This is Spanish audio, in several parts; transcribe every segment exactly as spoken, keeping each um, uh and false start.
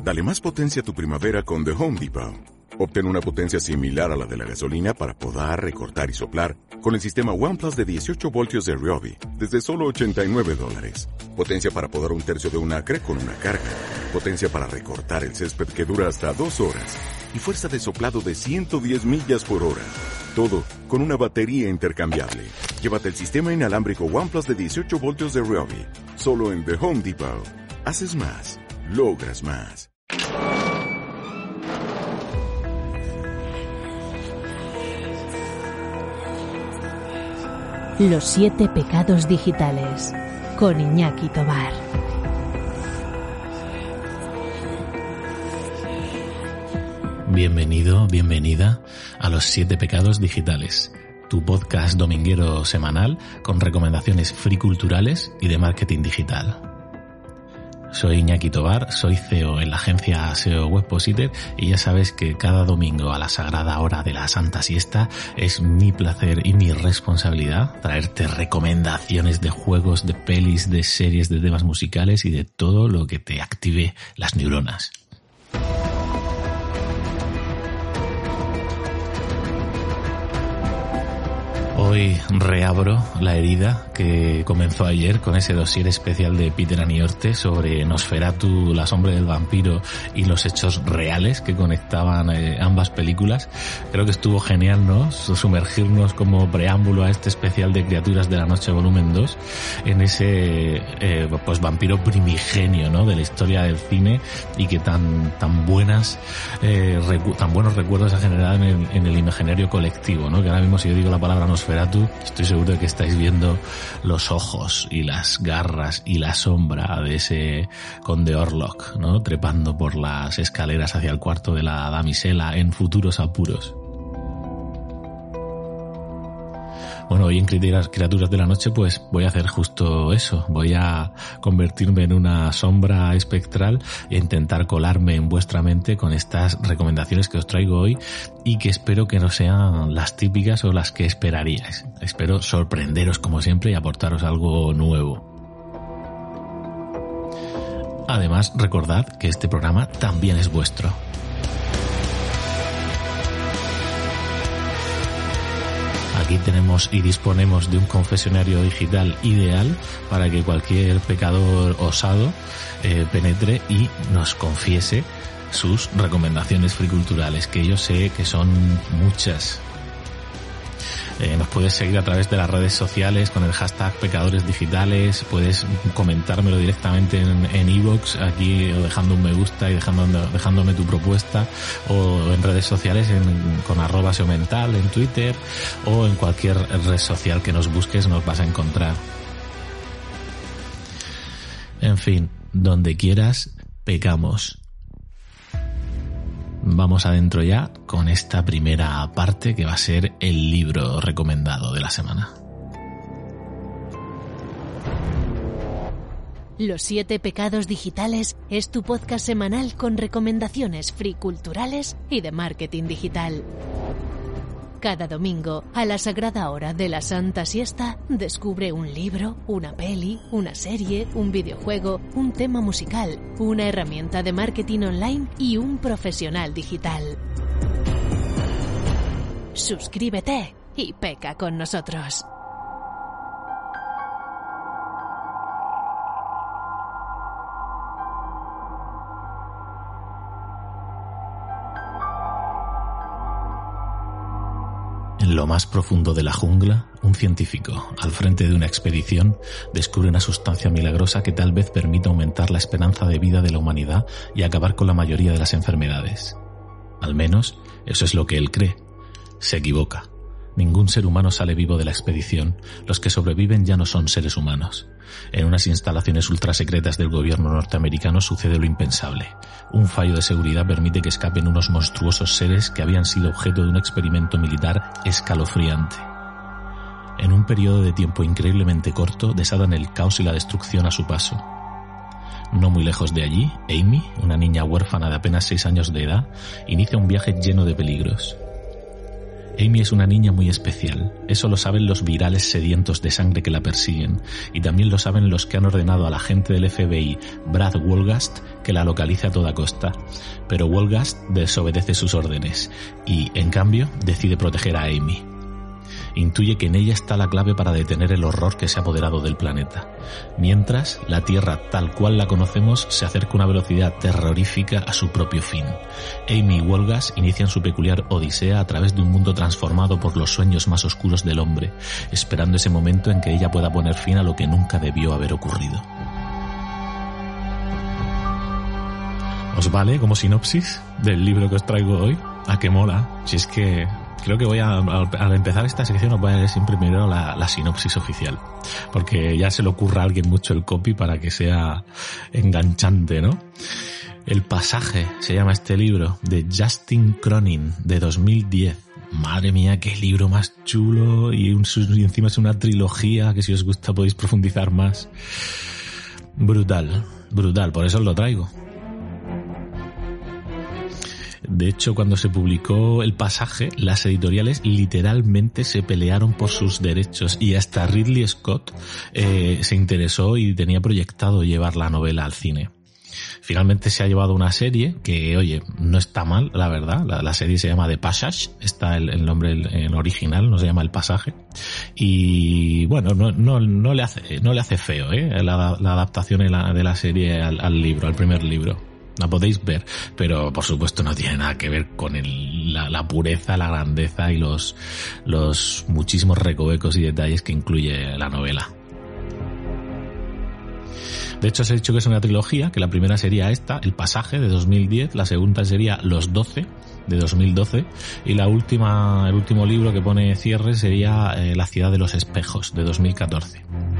Dale más potencia a tu primavera con The Home Depot. Obtén una potencia similar a la de la gasolina para podar, recortar y soplar con el sistema OnePlus de dieciocho voltios de Ryobi desde solo ochenta y nueve dólares. Potencia para podar un tercio de un acre con una carga. Potencia para recortar el césped que dura hasta dos horas. Y fuerza de soplado de ciento diez millas por hora. Todo con una batería intercambiable. Llévate el sistema inalámbrico OnePlus de dieciocho voltios de Ryobi. Solo en The Home Depot. Haces más. Logras más. Los siete pecados digitales, con Iñaki Tovar. Bienvenido, bienvenida a Los siete pecados digitales, tu podcast dominguero semanal con recomendaciones free culturales y de marketing digital. Soy Iñaki Tovar, soy C E O en la agencia S E O Webpositor y ya sabes que cada domingo a la sagrada hora de la Santa Siesta es mi placer y mi responsabilidad traerte recomendaciones de juegos, de pelis, de series, de temas musicales y de todo lo que te active las neuronas. Hoy reabro la herida que comenzó ayer con ese dossier especial de Peter Aniorte sobre Nosferatu, la sombra del vampiro y los hechos reales que conectaban eh, ambas películas. Creo que estuvo genial, ¿no? Sumergirnos como preámbulo a este especial de Criaturas de la Noche volumen dos en ese eh, pues vampiro primigenio, ¿no? De la historia del cine y que tan tan buenas eh, recu- tan buenos recuerdos ha generado en el, en el imaginario colectivo, ¿no? Que ahora mismo si yo digo la palabra Nosferatu, estoy seguro de que estáis viendo los ojos y las garras y la sombra de ese conde Orlok, ¿no? Trepando por las escaleras hacia el cuarto de la damisela en futuros apuros. Bueno, hoy en Criaturas de la Noche pues voy a hacer justo eso, voy a convertirme en una sombra espectral e intentar colarme en vuestra mente con estas recomendaciones que os traigo hoy y que espero que no sean las típicas o las que esperaríais. Espero sorprenderos como siempre y aportaros algo nuevo. Además, recordad que este programa también es vuestro. Aquí tenemos y disponemos de un confesionario digital ideal para que cualquier pecador osado eh, penetre y nos confiese sus recomendaciones friculturales, que yo sé que son muchas. Eh, nos puedes seguir a través de las redes sociales con el hashtag Pecadores Digitales, puedes comentármelo directamente en iVoox, aquí o dejando un me gusta y dejando, dejándome tu propuesta, o en redes sociales en, con arroba S E O Mental en Twitter, o en cualquier red social que nos busques nos vas a encontrar. En fin, donde quieras, pecamos. Vamos adentro ya con esta primera parte que va a ser el libro recomendado de la semana. Los siete pecados digitales es tu podcast semanal con recomendaciones free culturales y de marketing digital. Cada domingo, a la sagrada hora de la Santa Siesta, descubre un libro, una peli, una serie, un videojuego, un tema musical, una herramienta de marketing online y un profesional digital. Suscríbete y peca con nosotros. En lo más profundo de la jungla, un científico, al frente de una expedición, descubre una sustancia milagrosa que tal vez permita aumentar la esperanza de vida de la humanidad y acabar con la mayoría de las enfermedades. Al menos, eso es lo que él cree. Se equivoca. Ningún ser humano sale vivo de la expedición. Los que sobreviven ya no son seres humanos. En unas instalaciones ultrasecretas del gobierno norteamericano sucede lo impensable. Un fallo de seguridad permite que escapen unos monstruosos seres que habían sido objeto de un experimento militar escalofriante. En un periodo de tiempo increíblemente corto, desatan el caos y la destrucción a su paso. No muy lejos de allí, Amy, una niña huérfana de apenas seis años de edad, inicia un viaje lleno de peligros. Amy es una niña muy especial. Eso lo saben los virales sedientos de sangre que la persiguen, y también lo saben los que han ordenado al agente del F B I, Brad Wolgast, que la localice a toda costa. Pero Wolgast desobedece sus órdenes y, en cambio, decide proteger a Amy. Intuye que en ella está la clave para detener el horror que se ha apoderado del planeta. Mientras, la Tierra, tal cual la conocemos, se acerca a una velocidad terrorífica a su propio fin. Amy y Wolgast inician su peculiar odisea a través de un mundo transformado por los sueños más oscuros del hombre, esperando ese momento en que ella pueda poner fin a lo que nunca debió haber ocurrido. ¿Os vale como sinopsis del libro que os traigo hoy? ¿A qué mola? Si es que creo que voy a, al empezar esta sección os voy a leer siempre primero la, la sinopsis oficial, porque ya se le ocurra a alguien mucho el copy para que sea enganchante, ¿no? El pasaje se llama este libro, de Justin Cronin, de dos mil diez. Madre mía, qué libro más chulo, y, un, y encima es una trilogía que si os gusta podéis profundizar más. Brutal, brutal, por eso os lo traigo. De hecho, cuando se publicó el pasaje, las editoriales literalmente se pelearon por sus derechos y hasta Ridley Scott eh, se interesó y tenía proyectado llevar la novela al cine. Finalmente se ha llevado una serie que, oye, no está mal, la verdad. La, la serie se llama The Passage, está el, el nombre en el original, no se llama El Pasaje. Y bueno, no, no, no le hace, no le hace feo, ¿eh? La, la adaptación de la, de la serie al, al libro, al primer libro. La podéis ver, pero por supuesto no tiene nada que ver con el, la, la pureza, la grandeza y los, los muchísimos recovecos y detalles que incluye la novela. De hecho, os he dicho que es una trilogía, que la primera sería esta, El Pasaje, de dos mil diez, la segunda sería Los doce, de dos mil doce, y la última, el último libro que pone cierre sería eh, La ciudad de los espejos, de dos mil catorce.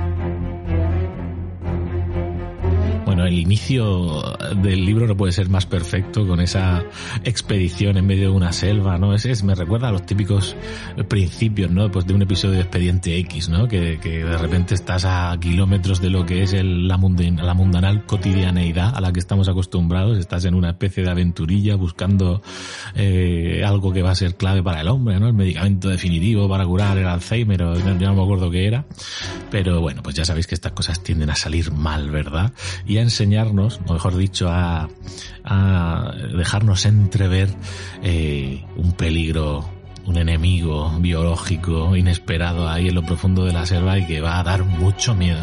Bueno, el inicio del libro no puede ser más perfecto, con esa expedición en medio de una selva, ¿no? Es, es, me recuerda a los típicos principios, ¿no? Pues de un episodio de Expediente X, ¿no? Que, que de repente estás a kilómetros de lo que es el, la, mundan, la mundanal cotidianeidad a la que estamos acostumbrados. Estás en una especie de aventurilla buscando eh, algo que va a ser clave para el hombre, ¿no? El medicamento definitivo para curar el Alzheimer, o ya no me acuerdo qué era. Pero bueno, pues ya sabéis que estas cosas tienden a salir mal, ¿verdad? Y a enseñarnos, o mejor dicho, a, a dejarnos entrever eh, un peligro, un enemigo biológico inesperado ahí en lo profundo de la selva y que va a dar mucho miedo.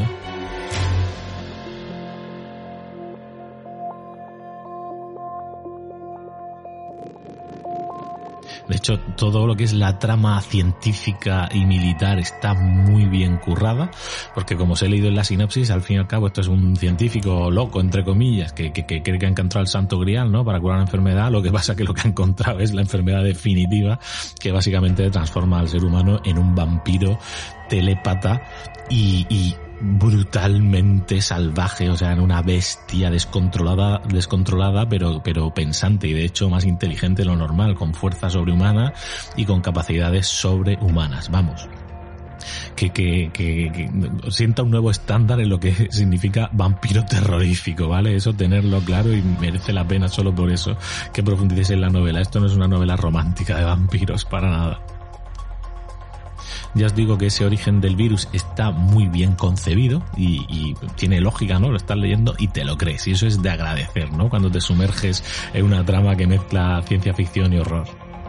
De hecho, todo lo que es la trama científica y militar está muy bien currada, porque como os he leído en la sinopsis, al fin y al cabo esto es un científico loco, entre comillas, que, que, que cree que ha encontrado el santo grial, ¿no?, para curar una enfermedad. Lo que pasa que lo que ha encontrado es la enfermedad definitiva, que básicamente transforma al ser humano en un vampiro telépata y... y brutalmente salvaje, o sea, en una bestia descontrolada, descontrolada, pero, pero pensante y de hecho más inteligente de lo normal, con fuerza sobrehumana y con capacidades sobrehumanas, vamos. Que, que, que, que sienta un nuevo estándar en lo que significa vampiro terrorífico, ¿vale? Eso tenerlo claro, y merece la pena solo por eso que profundicéis en la novela. Esto no es una novela romántica de vampiros, para nada. Ya os digo que ese origen del virus está muy bien concebido y, y tiene lógica, ¿no? Lo estás leyendo y te lo crees, y eso es de agradecer, ¿no?, cuando te sumerges en una trama que mezcla ciencia ficción y horror.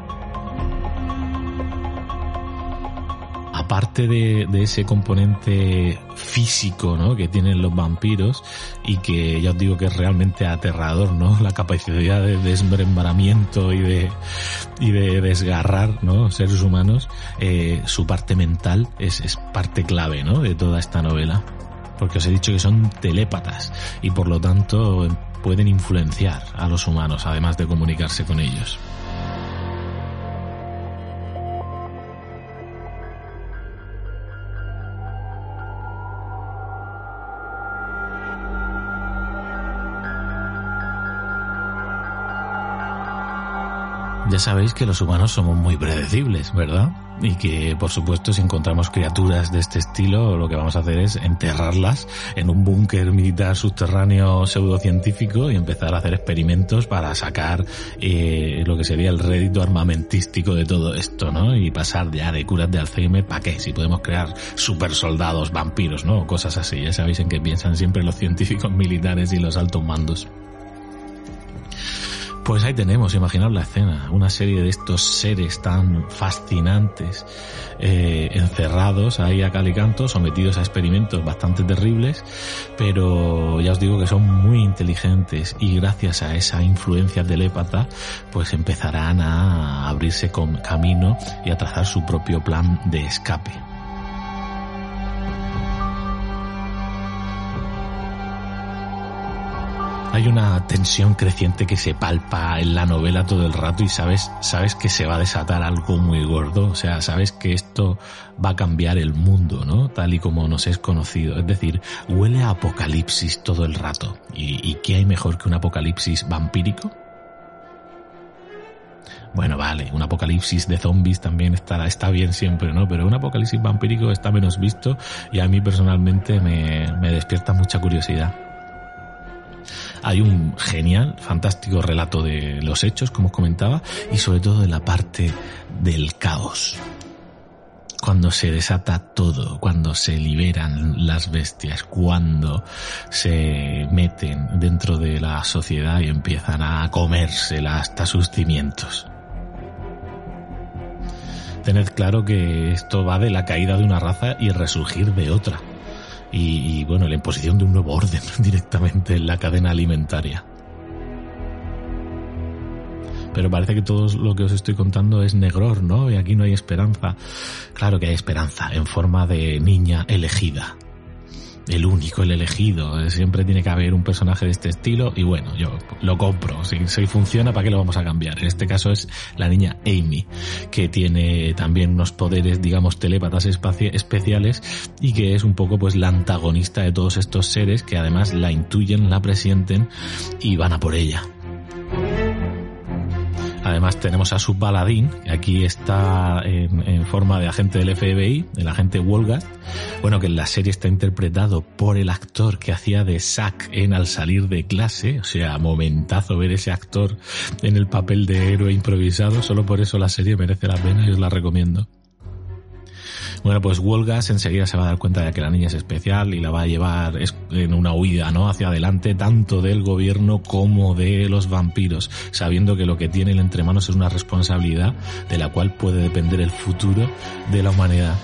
Aparte de, de ese componente físico, ¿no?, que tienen los vampiros, y que ya os digo que es realmente aterrador, ¿no?, la capacidad de desmembramiento y de y de desgarrar, ¿no?, seres humanos, eh, su parte mental es, es parte clave, ¿no?, de toda esta novela, porque os he dicho que son telépatas y por lo tanto pueden influenciar a los humanos, además de comunicarse con ellos. Ya sabéis que los humanos somos muy predecibles, ¿verdad? Y que, por supuesto, si encontramos criaturas de este estilo, lo que vamos a hacer es enterrarlas en un búnker militar subterráneo pseudocientífico y empezar a hacer experimentos para sacar eh, lo que sería el rédito armamentístico de todo esto, ¿no? Y pasar ya de curas de Alzheimer, ¿para qué? Si podemos crear super soldados, vampiros, ¿no? Cosas así. Ya sabéis en qué piensan siempre los científicos militares y los altos mandos. Pues ahí tenemos, imaginaos la escena, una serie de estos seres tan fascinantes, eh, encerrados ahí a cal y canto, sometidos a experimentos bastante terribles, pero ya os digo que son muy inteligentes y gracias a esa influencia telépata, pues empezarán a abrirse con camino y a trazar su propio plan de escape. Hay una tensión creciente que se palpa en la novela todo el rato y sabes, sabes que se va a desatar algo muy gordo, o sea, sabes que esto va a cambiar el mundo, ¿no? Tal y como nos es conocido, es decir, huele a apocalipsis todo el rato. ¿Y, y qué hay mejor que un apocalipsis vampírico? Bueno, vale, un apocalipsis de zombies también estará, está bien siempre, ¿no? Pero un apocalipsis vampírico está menos visto y a mí personalmente me, me despierta mucha curiosidad. Hay un genial, fantástico relato de los hechos, como os comentaba, y sobre todo de la parte del caos. Cuando se desata todo, cuando se liberan las bestias, cuando se meten dentro de la sociedad y empiezan a comérsela hasta sus cimientos. Tened claro que esto va de la caída de una raza y el resurgir de otra. Y, y bueno, la imposición de un nuevo orden directamente en la cadena alimentaria. Pero parece que todo lo que os estoy contando es negror, ¿no? Y aquí no hay esperanza. Claro que hay esperanza, en forma de niña elegida. El único, el elegido. Siempre tiene que haber un personaje de este estilo y bueno, yo lo compro. Si, si funciona, ¿para qué lo vamos a cambiar? En este caso es la niña Amy, que tiene también unos poderes, digamos, telépatas espaci- especiales y que es un poco pues la antagonista de todos estos seres que además la intuyen, la presienten y van a por ella. Además tenemos a su paladín, que aquí está en, en forma de agente del F B I, el agente Wolgast, bueno, que en la serie está interpretado por el actor que hacía de Zack en Al salir de clase, o sea, momentazo ver ese actor en el papel de héroe improvisado, solo por eso la serie merece la pena y os la recomiendo. Bueno, pues Wolgast enseguida se va a dar cuenta de que la niña es especial y la va a llevar en una huida, ¿no?, hacia adelante, tanto del gobierno como de los vampiros, sabiendo que lo que tiene entre manos es una responsabilidad de la cual puede depender el futuro de la humanidad.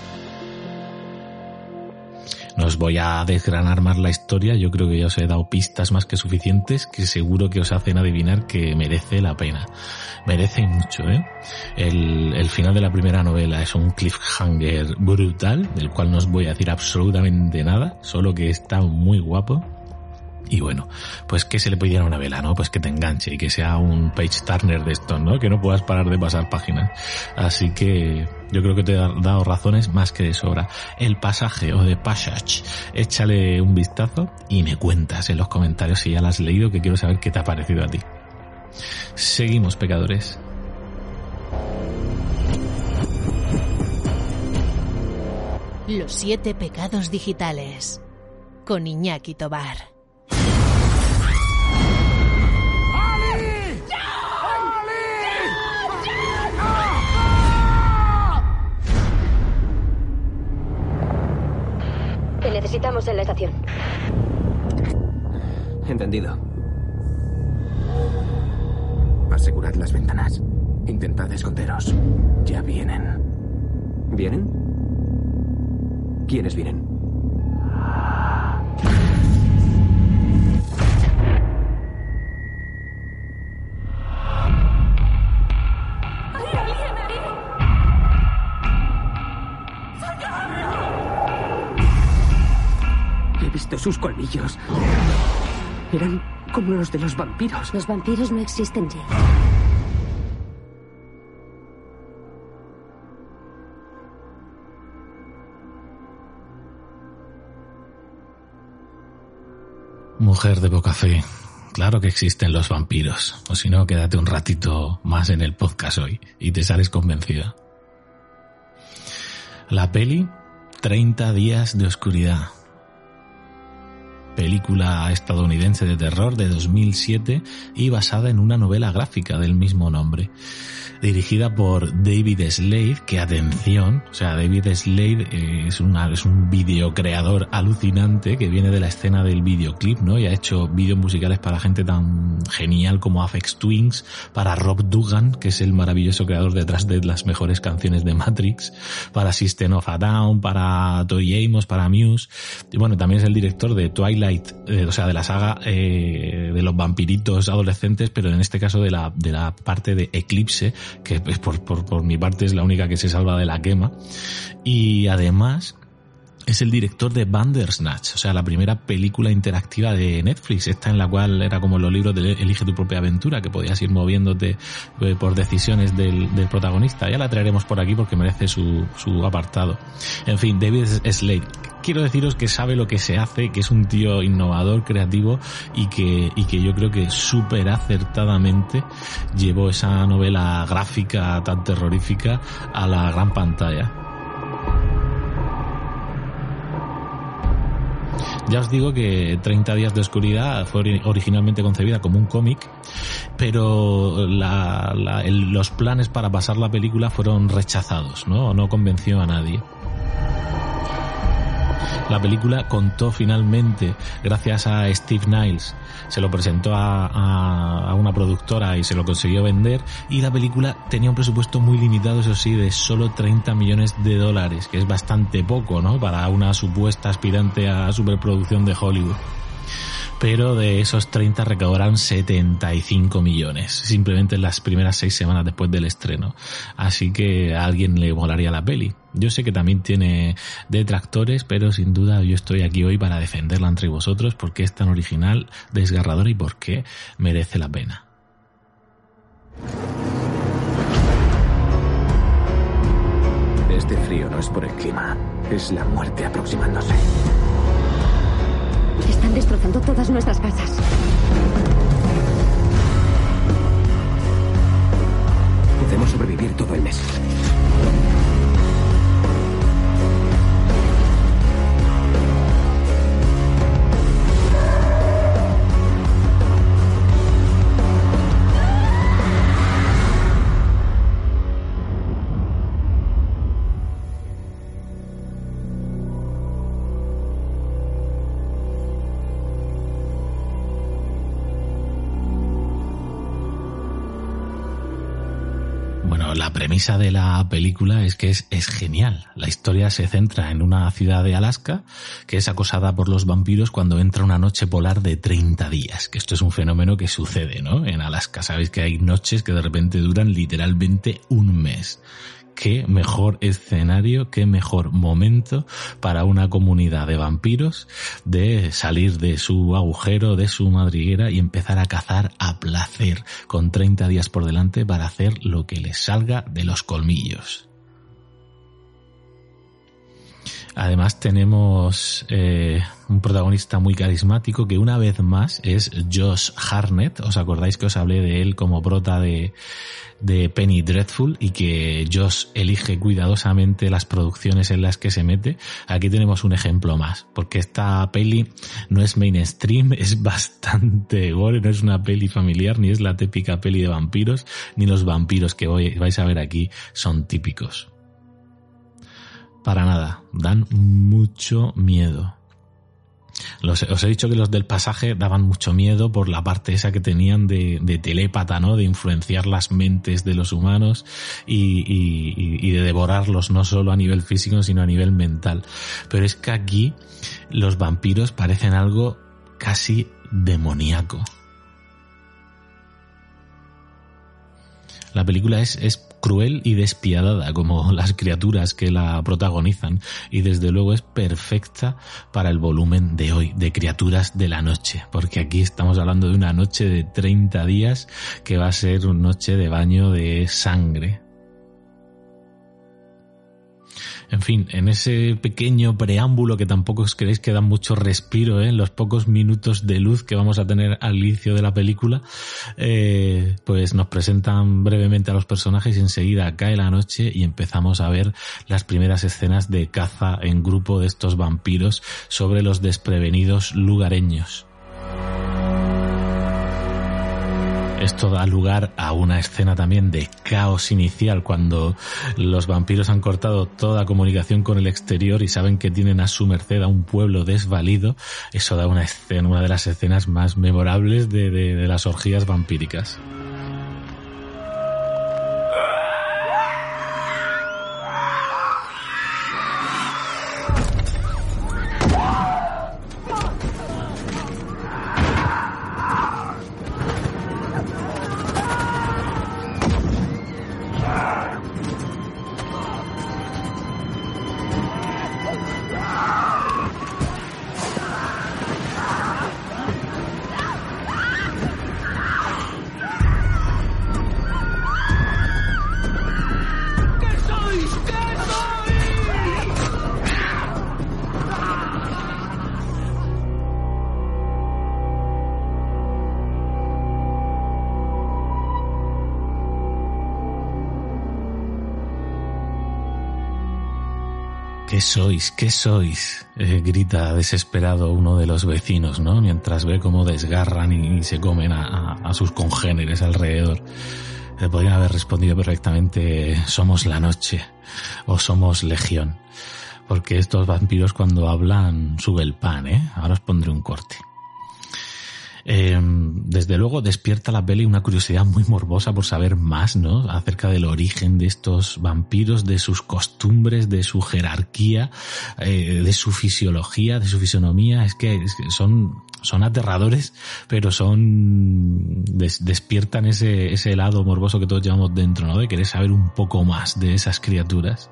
No os voy a desgranar más la historia, yo creo que ya os he dado pistas más que suficientes que seguro que os hacen adivinar que merece la pena. Merece mucho, ¿eh? El, el final de la primera novela es un cliffhanger brutal, del cual no os voy a decir absolutamente nada, solo que está muy guapo. Y bueno, pues que se le puede ir a una vela, ¿no? Pues que te enganche y que sea un page turner de esto, ¿no? Que no puedas parar de pasar páginas. Así que yo creo que te he dado razones más que de sobra. El pasaje o The Passage, échale un vistazo y me cuentas en los comentarios si ya la has leído, que quiero saber qué te ha parecido a ti. Seguimos, pecadores. Los siete pecados digitales con Iñaki Tobar. Te necesitamos en la estación. Entendido. Asegurad las ventanas. Intentad esconderos. Ya vienen. ¿Vienen? ¿Quiénes vienen? He visto sus colmillos. Eran como los de los vampiros. Los vampiros no existen, Jay. Mujer de poca fe, claro que existen los vampiros. O si no, quédate un ratito más en el podcast hoy y te sales convencida. La peli, treinta días de oscuridad. Película estadounidense de terror de dos mil siete y basada en una novela gráfica del mismo nombre. Dirigida por David Slade, que atención, o sea, David Slade eh, es, una, es un videocreador alucinante que viene de la escena del videoclip, ¿no? Y ha hecho vídeos musicales para gente tan genial como Aphex Twins, para Rob Dugan, que es el maravilloso creador detrás de las mejores canciones de Matrix, para System of a Down, para Tori Amos, para Muse. Y bueno, también es el director de Twilight, eh, o sea, de la saga eh, de los vampiritos adolescentes, pero en este caso de la, de la parte de Eclipse, que por, por, por mi parte es la única que se salva de la quema. Y además es el director de Bandersnatch, o sea, la primera película interactiva de Netflix, esta en la cual era como los libros de Elige tu propia aventura, que podías ir moviéndote eh, por decisiones del, del protagonista. Ya la traeremos por aquí porque merece su, su apartado. En fin, David Slade, quiero deciros que sabe lo que se hace, que es un tío innovador, creativo y que, y que yo creo que súper acertadamente llevó esa novela gráfica tan terrorífica a la gran pantalla. Ya os digo que treinta días de oscuridad fue originalmente concebida como un cómic, pero la, la, el, los planes para pasar la película fueron rechazados, ¿no? No convenció a nadie. La película contó finalmente, gracias a Steve Niles, se lo presentó a, a, a una productora y se lo consiguió vender, y la película tenía un presupuesto muy limitado, eso sí, de solo treinta millones de dólares, que es bastante poco, ¿no?, para una supuesta aspirante a superproducción de Hollywood. Pero de esos treinta recaudaron setenta y cinco millones, simplemente en las primeras seis semanas después del estreno. Así que a alguien le molaría la peli. Yo sé que también tiene detractores, pero sin duda yo estoy aquí hoy para defenderla entre vosotros porque es tan original, desgarradora y porque merece la pena. Este frío no es por el clima, es la muerte aproximándose. Están destrozando todas nuestras casas. Podemos sobrevivir todo el mes. La premisa de la película es que es, es genial. La historia se centra en una ciudad de Alaska que es acosada por los vampiros cuando entra una noche polar de treinta días, que esto es un fenómeno que sucede, ¿no? En Alaska, sabéis que hay noches que de repente duran literalmente un mes. Qué mejor escenario, qué mejor momento para una comunidad de vampiros de salir de su agujero, de su madriguera y empezar a cazar a placer, con treinta días por delante para hacer lo que les salga de los colmillos. Además tenemos eh, un protagonista muy carismático que una vez más es Josh Hartnett. ¿Os acordáis que os hablé de él como prota de, de Penny Dreadful y que Josh elige cuidadosamente las producciones en las que se mete? Aquí tenemos un ejemplo más, porque esta peli no es mainstream, es bastante gore, no es una peli familiar, ni es la típica peli de vampiros, ni los vampiros que hoy vais a ver aquí son típicos. Para nada, dan mucho miedo. Los, os he dicho que los del pasaje daban mucho miedo por la parte esa que tenían de, de telépata, ¿no? De influenciar las mentes de los humanos y, y, y de devorarlos no solo a nivel físico sino a nivel mental. Pero es que aquí los vampiros parecen algo casi demoníaco. La película es, es cruel y despiadada como las criaturas que la protagonizan y desde luego es perfecta para el volumen de hoy, de Criaturas de la Noche, porque aquí estamos hablando de una noche de treinta días que va a ser una noche de baño de sangre. En fin, en ese pequeño preámbulo que tampoco os creéis que da mucho respiro, ¿eh? En los pocos minutos de luz que vamos a tener al inicio de la película, eh, pues nos presentan brevemente a los personajes y enseguida cae la noche y empezamos a ver las primeras escenas de caza en grupo de estos vampiros sobre los desprevenidos lugareños. Esto da lugar a una escena también de caos inicial cuando los vampiros han cortado toda comunicación con el exterior y saben que tienen a su merced a un pueblo desvalido. Eso da una escena, una de las escenas más memorables de, de, de las orgías vampíricas. ¿Qué sois? ¿Qué sois? Eh, grita desesperado uno de los vecinos, ¿no? Mientras ve cómo desgarran y, y se comen a, a, a sus congéneres alrededor. Le podrían haber respondido perfectamente: somos la noche o somos legión. Porque estos vampiros cuando hablan sube el pan, ¿eh? Ahora os pondré un corte. Eh, desde luego despierta la peli una curiosidad muy morbosa por saber más, ¿no? Acerca del origen de estos vampiros, de sus costumbres, de su jerarquía, eh, de su fisiología, de su fisonomía. Es que, es que son, son aterradores, pero son, des, despiertan ese, ese lado morboso que todos llevamos dentro, ¿no? De querer saber un poco más de esas criaturas.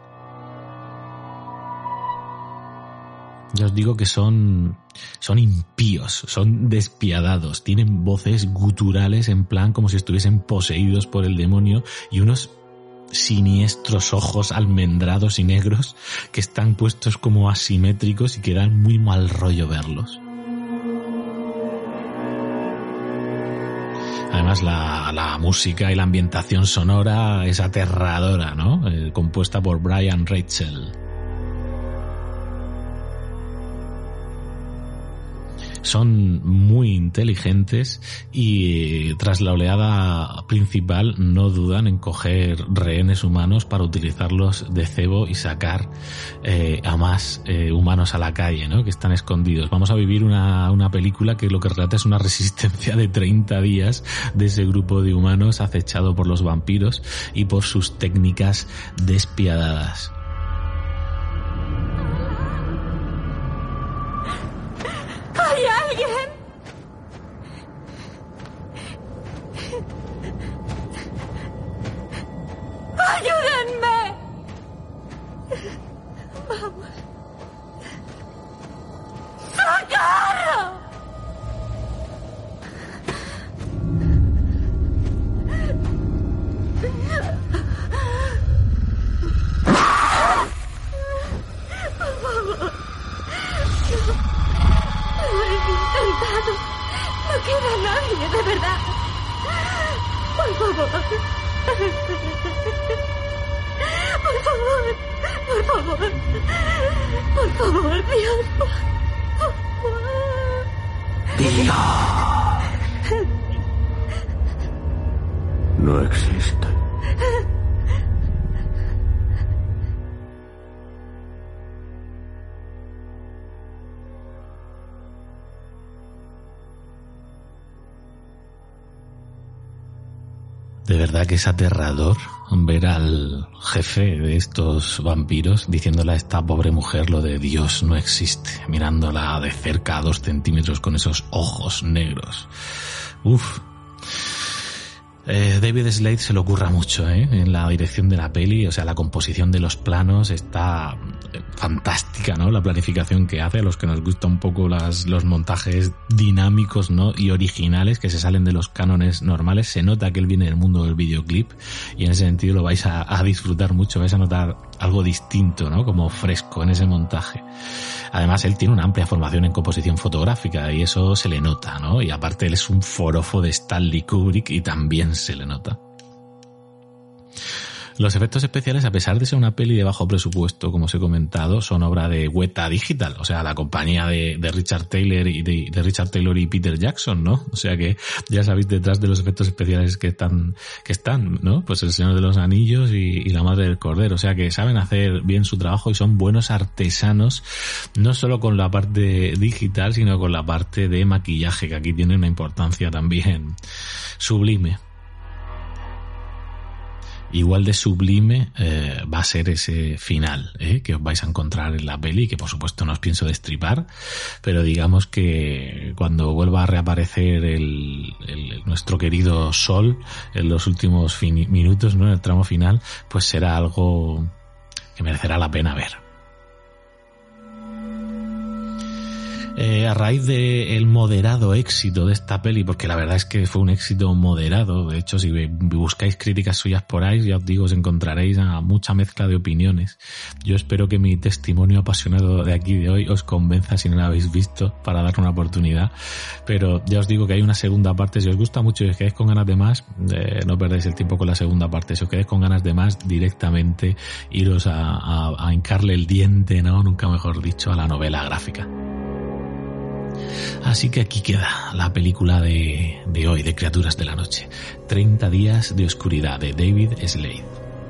Ya os digo que son, son impíos, son despiadados, tienen voces guturales en plan como si estuviesen poseídos por el demonio y unos siniestros ojos almendrados y negros que están puestos como asimétricos y que dan muy mal rollo verlos. Además la, la música y la ambientación sonora es aterradora, ¿no? Eh, compuesta por Brian Rachel. Son muy inteligentes y tras la oleada principal no dudan en coger rehenes humanos para utilizarlos de cebo y sacar eh, a más eh, humanos a la calle, ¿no? Que están escondidos. Vamos a vivir una, una película que lo que relata es una resistencia de treinta días de ese grupo de humanos acechado por los vampiros y por sus técnicas despiadadas. ¿Hay alguien? ¡Ayúdenme! Vamos. ¡Socorro! Por favor. Lo he intentado. No queda nadie, de verdad. Por favor. Por favor. Por favor. Por favor, Dios. Por favor. Dios. No existe. De verdad que es aterrador ver al jefe de estos vampiros diciéndole a esta pobre mujer lo de Dios no existe, mirándola de cerca a dos centímetros con esos ojos negros. Uf. Eh, David Slade se le ocurra mucho, ¿eh? En la dirección de la peli, o sea, la composición de los planos está fantástica, ¿no? La planificación que hace, a los que nos gusta un poco las, los montajes dinámicos, ¿no? Y originales que se salen de los cánones normales. Se nota que él viene del mundo del videoclip y en ese sentido lo vais a, a disfrutar mucho, vais a notar algo distinto, ¿no? Como fresco en ese montaje. Además, él tiene una amplia formación en composición fotográfica y eso se le nota, ¿no? Y aparte él es un forofo de Stanley Kubrick y también se le nota. Los efectos especiales, a pesar de ser una peli de bajo presupuesto, como os he comentado, son obra de Weta Digital, o sea, la compañía de, de Richard Taylor y de, de Richard Taylor y Peter Jackson, ¿no? O sea que ya sabéis detrás de los efectos especiales que están, que están, ¿no? Pues El Señor de los Anillos y, y La Madre del Cordero, o sea que saben hacer bien su trabajo y son buenos artesanos, no solo con la parte digital, sino con la parte de maquillaje, que aquí tiene una importancia también sublime. Igual de sublime eh, va a ser ese final eh, que os vais a encontrar en la peli, que por supuesto no os pienso destripar, pero digamos que cuando vuelva a reaparecer el, el, nuestro querido Sol en los últimos fin- minutos, ¿no? En el tramo final, pues será algo que merecerá la pena ver. Eh, a raíz del moderado éxito de esta peli, porque la verdad es que fue un éxito moderado, de hecho si buscáis críticas suyas por ahí, ya os digo, os encontraréis a mucha mezcla de opiniones. Yo espero que mi testimonio apasionado de aquí de hoy os convenza si no la habéis visto, para darle una oportunidad, pero ya os digo que hay una segunda parte. Si os gusta mucho y os quedáis con ganas de más, eh, no perdáis el tiempo con la segunda parte. Si os quedáis con ganas de más, directamente iros a, a, a hincarle el diente, ¿no? Nunca mejor dicho, a la novela gráfica. Así que aquí queda la película de, de hoy, de Criaturas de la Noche. treinta días de oscuridad, de David Slade.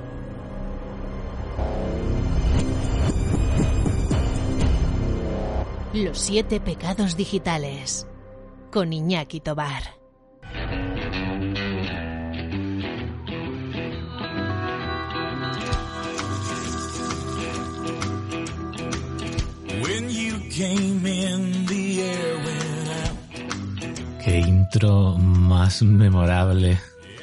Los siete pecados digitales, con Iñaki Tobar. When you came in, the air went out. Qué intro más memorable.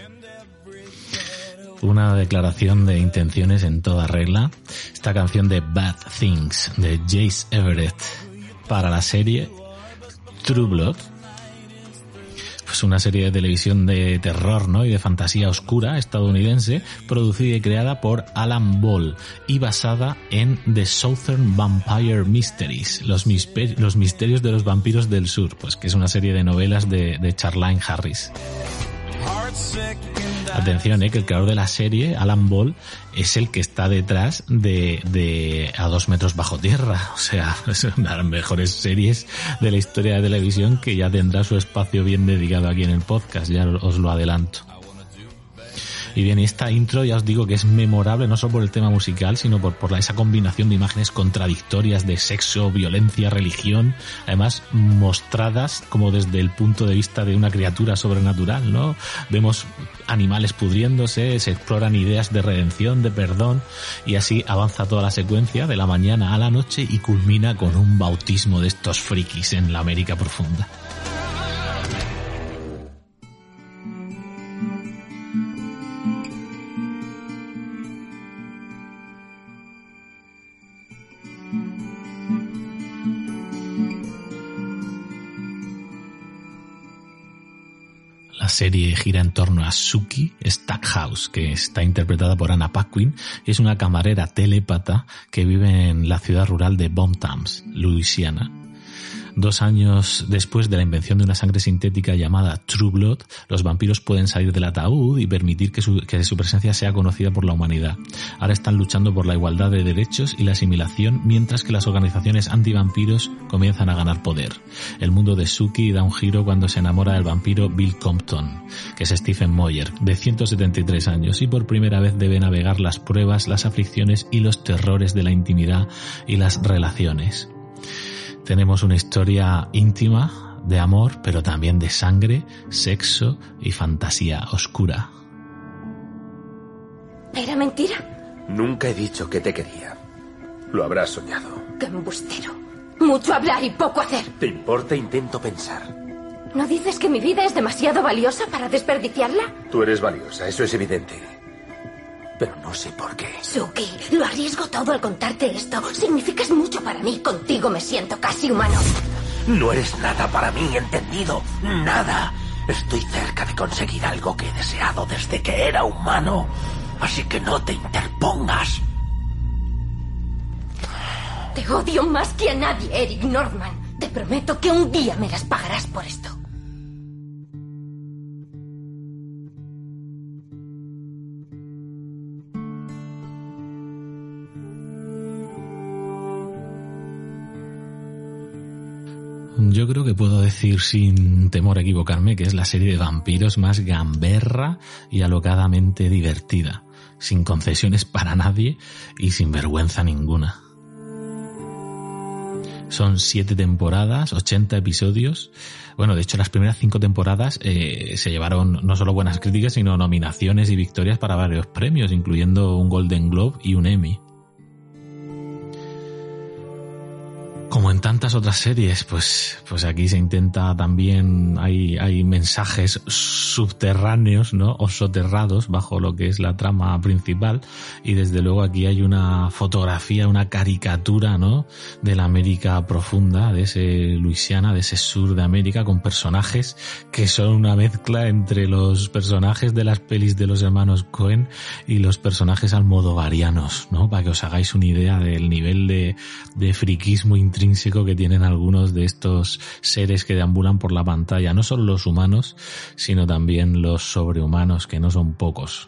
Una declaración de intenciones en toda regla. Esta canción de Bad Things de Jace Everett para la serie True Blood. Pues una serie de televisión de terror, ¿no? Y de fantasía oscura estadounidense, producida y creada por Alan Ball y basada en The Southern Vampire Mysteries, los, misper- los misterios de los vampiros del sur, pues que es una serie de novelas de, de Charlaine Harris. Atención, eh, que el creador de la serie, Alan Ball, es el que está detrás de, de A dos metros bajo tierra. O sea, es una de las mejores series de la historia de televisión, que ya tendrá su espacio bien dedicado aquí en el podcast, ya os lo adelanto. Y bien, esta intro ya os digo que es memorable no solo por el tema musical, sino por, por la, esa combinación de imágenes contradictorias de sexo, violencia, religión, además mostradas como desde el punto de vista de una criatura sobrenatural, ¿no? Vemos animales pudriéndose, se exploran ideas de redención, de perdón, y así avanza toda la secuencia de la mañana a la noche y culmina con un bautismo de estos frikis en la América profunda. La serie gira en torno a Sookie Stackhouse, que está interpretada por Anna Paquin, y es una camarera telépata que vive en la ciudad rural de Bonthams, Luisiana. Dos años después de la invención de una sangre sintética llamada True Blood, los vampiros pueden salir del ataúd y permitir que su, que su presencia sea conocida por la humanidad. Ahora están luchando por la igualdad de derechos y la asimilación, mientras que las organizaciones antivampiros comienzan a ganar poder. El mundo de Sookie da un giro cuando se enamora del vampiro Bill Compton, que es Stephen Moyer, de ciento setenta y tres años, y por primera vez debe navegar las pruebas, las aflicciones y los terrores de la intimidad y las relaciones. Tenemos una historia íntima, de amor, pero también de sangre, sexo y fantasía oscura. ¿Era mentira? Nunca he dicho que te quería. Lo habrás soñado. ¡Qué embustero! Mucho hablar y poco hacer. ¿Te importa? Intento pensar. ¿No dices que mi vida es demasiado valiosa para desperdiciarla? Tú eres valiosa, eso es evidente. Pero no sé por qué. Suki, lo arriesgo todo al contarte esto. Significas mucho para mí. Contigo me siento casi humano. No eres nada para mí, ¿entendido? Nada. Estoy cerca de conseguir algo que he deseado desde que era humano. Así que no te interpongas. Te odio más que a nadie, Eric Northman. Te prometo que un día me las pagarás por esto. Yo creo que puedo decir sin temor a equivocarme que es la serie de vampiros más gamberra y alocadamente divertida, sin concesiones para nadie y sin vergüenza ninguna. Son siete temporadas, ochenta episodios. Bueno, de hecho las primeras cinco temporadas eh, se llevaron no solo buenas críticas, sino nominaciones y victorias para varios premios, incluyendo un Golden Globe y un Emmy. Como en tantas otras series, pues, pues aquí se intenta también, hay, hay mensajes subterráneos, ¿no? O soterrados bajo lo que es la trama principal, y desde luego aquí hay una fotografía, una caricatura, ¿no? De la América profunda, de ese Luisiana, de ese sur de América, con personajes que son una mezcla entre los personajes de las pelis de los hermanos Coen y los personajes almodovarianos, ¿no? Para que os hagáis una idea del nivel de, de friquismo intrínseco que tienen algunos de estos seres que deambulan por la pantalla, no solo los humanos, sino también los sobrehumanos, que no son pocos.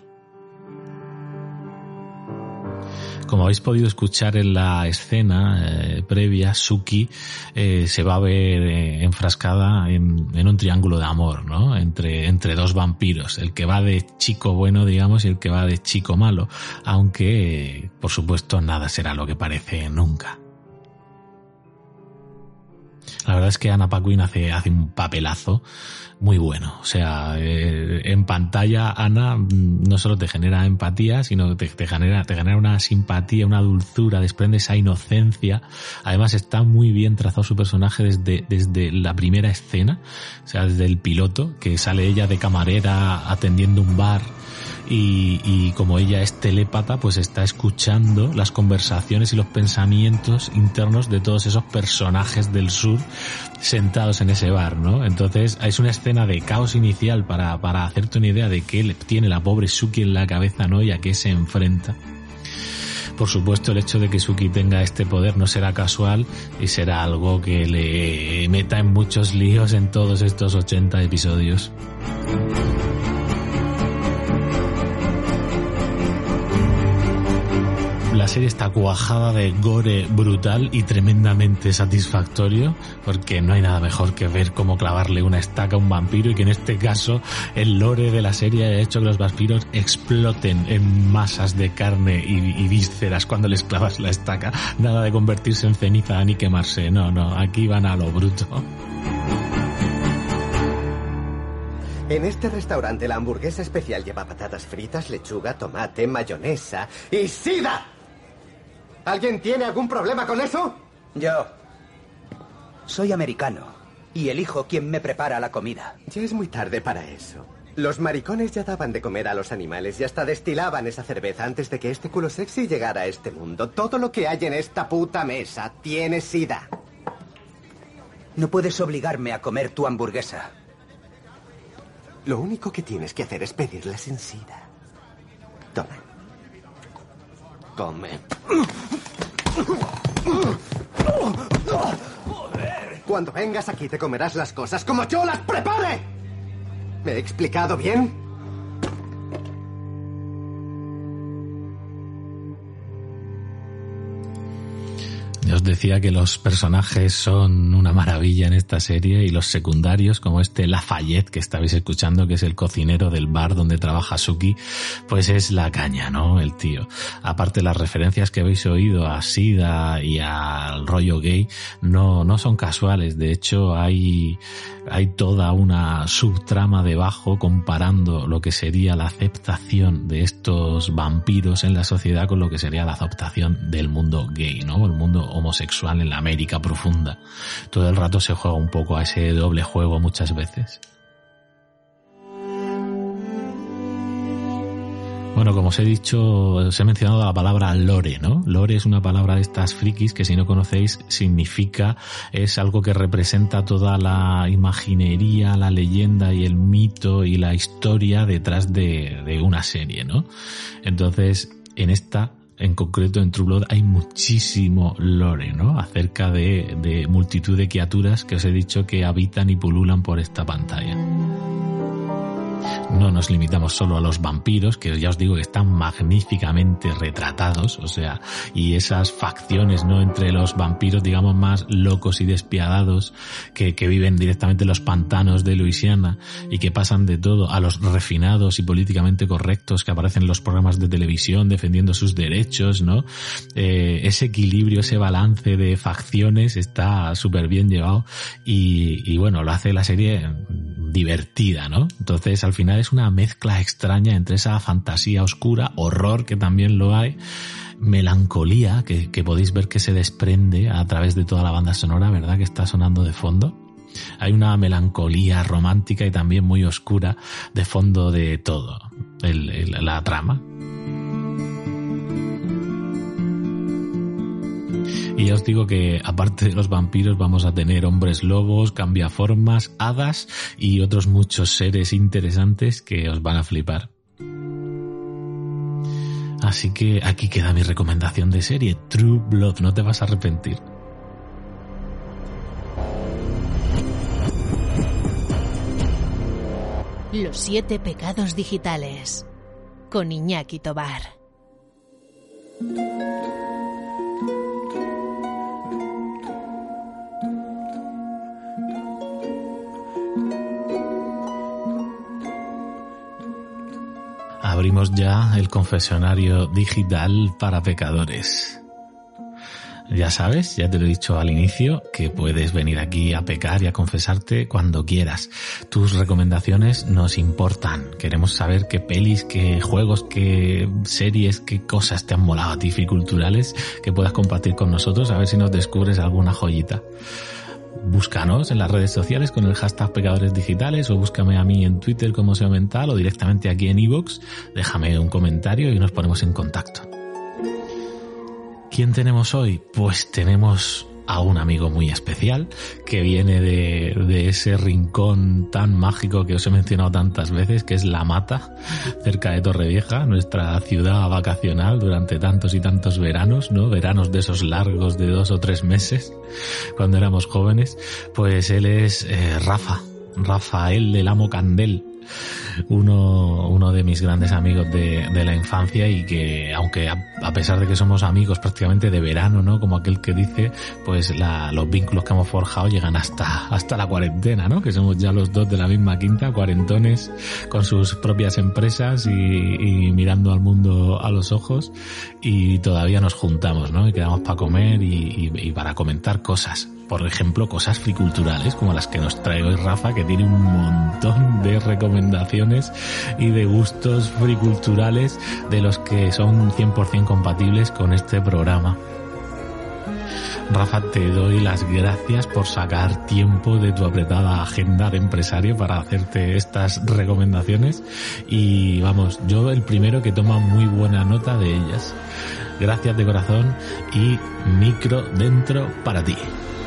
Como habéis podido escuchar en la escena eh, previa, Suki eh, se va a ver eh, enfrascada en, en un triángulo de amor, ¿no? Entre, entre dos vampiros, el que va de chico bueno, digamos, y el que va de chico malo, aunque, eh, por supuesto, nada será lo que parece nunca. La verdad es que Anna Paquin hace, hace un papelazo muy bueno. O sea, eh, en pantalla Anna no solo te genera empatía, sino que te, te genera, te genera una simpatía, una dulzura, desprende esa inocencia. Además está muy bien trazado su personaje desde, desde la primera escena, o sea, desde el piloto, que sale ella de camarera atendiendo un bar. Y, y como ella es telépata, pues está escuchando las conversaciones y los pensamientos internos de todos esos personajes del sur sentados en ese bar, ¿no? Entonces es una escena de caos inicial para, para hacerte una idea de qué tiene la pobre Suki en la cabeza, ¿no? Y a qué se enfrenta. Por supuesto, el hecho de que Suki tenga este poder no será casual y será algo que le meta en muchos líos en todos estos ochenta episodios. La serie está cuajada de gore brutal y tremendamente satisfactorio, porque no hay nada mejor que ver cómo clavarle una estaca a un vampiro, y que en este caso el lore de la serie ha hecho que los vampiros exploten en masas de carne y, y vísceras cuando les clavas la estaca. Nada de convertirse en ceniza ni quemarse, no, no, aquí van a lo bruto. En este restaurante la hamburguesa especial lleva patatas fritas, lechuga, tomate, mayonesa y sida. ¿Alguien tiene algún problema con eso? Yo. Soy americano y elijo quién me prepara la comida. Ya es muy tarde para eso. Los maricones ya daban de comer a los animales y hasta destilaban esa cerveza antes de que este culo sexy llegara a este mundo. Todo lo que hay en esta puta mesa tiene sida. No puedes obligarme a comer tu hamburguesa. Lo único que tienes que hacer es pedirla sin sida. Toma. Come. Cuando vengas aquí te comerás las cosas como yo las prepare. ¿Me he explicado bien? Os decía que los personajes son una maravilla en esta serie, y los secundarios, como este Lafayette que estabais escuchando, que es el cocinero del bar donde trabaja Suki, pues es la caña, ¿no? El tío. Aparte, las referencias que habéis oído a SIDA y al rollo gay no, no son casuales. De hecho, hay, hay toda una subtrama debajo comparando lo que sería la aceptación de estos vampiros en la sociedad con lo que sería la aceptación del mundo gay, ¿no? El mundo homosexual en la América profunda. Todo el rato se juega un poco a ese doble juego muchas veces. Bueno, como os he dicho, os he mencionado la palabra lore, ¿no? Lore es una palabra de estas frikis que, si no conocéis, significa, es algo que representa toda la imaginería, la leyenda y el mito y la historia detrás de, de una serie, ¿no? Entonces, en esta En concreto, en True Blood hay muchísimo lore, ¿no? Acerca de, de multitud de criaturas que os he dicho que habitan y pululan por esta pantalla. No nos limitamos solo a los vampiros, que ya os digo que están magníficamente retratados, o sea, y esas facciones, ¿no?, entre los vampiros, digamos, más locos y despiadados, que, que viven directamente en los pantanos de Luisiana y que pasan de todo, a los refinados y políticamente correctos que aparecen en los programas de televisión defendiendo sus derechos, ¿no? Eh, ese equilibrio, ese balance de facciones está súper bien llevado y, y bueno, lo hace la serie divertida, ¿no? Entonces, al final es una mezcla extraña entre esa fantasía oscura, horror, que también lo hay, melancolía, que, que podéis ver que se desprende a través de toda la banda sonora, ¿verdad?, que está sonando de fondo. Hay una melancolía romántica y también muy oscura de fondo de todo, el, el, la trama. Y ya os digo que aparte de los vampiros vamos a tener hombres lobos, cambiaformas, hadas y otros muchos seres interesantes que os van a flipar. Así que aquí queda mi recomendación de serie, True Blood, no te vas a arrepentir. Los siete pecados digitales, con Iñaki Tobar. Abrimos ya el confesionario digital para pecadores. Ya sabes, ya te lo he dicho al inicio, que puedes venir aquí a pecar y a confesarte cuando quieras. Tus recomendaciones nos importan. Queremos saber qué pelis, qué juegos, qué series, qué cosas te han molado a ti, friculturales, que puedas compartir con nosotros, a ver si nos descubres alguna joyita. Búscanos en las redes sociales con el hashtag Pecadores Digitales o búscame a mí en Twitter como S E O Mental o directamente aquí en iVoox. Déjame un comentario y nos ponemos en contacto. ¿Quién tenemos hoy? Pues tenemos a un amigo muy especial que viene de, de ese rincón tan mágico que os he mencionado tantas veces, que es La Mata, cerca de Torrevieja, nuestra ciudad vacacional durante tantos y tantos veranos, ¿no? Veranos de esos largos de dos o tres meses, cuando éramos jóvenes. Pues él es eh, Rafa, Rafael del Amo Candel. Uno, uno de mis grandes amigos de, de la infancia y que, aunque a, a pesar de que somos amigos prácticamente de verano, ¿no?, como aquel que dice, pues la, los vínculos que hemos forjado llegan hasta, hasta la cuarentena, ¿no?, que somos ya los dos de la misma quinta, cuarentones, con sus propias empresas y, y mirando al mundo a los ojos, y todavía nos juntamos, ¿no?, y quedamos para comer y, y, y para comentar cosas. Por ejemplo, cosas friculturales como las que nos trae hoy Rafa, que tiene un montón de recomendaciones y de gustos friculturales de los que son cien por ciento compatibles con este programa. Rafa, te doy las gracias por sacar tiempo de tu apretada agenda de empresario para hacerte estas recomendaciones y vamos, yo el primero que toma muy buena nota de ellas. Gracias de corazón y micro dentro para ti.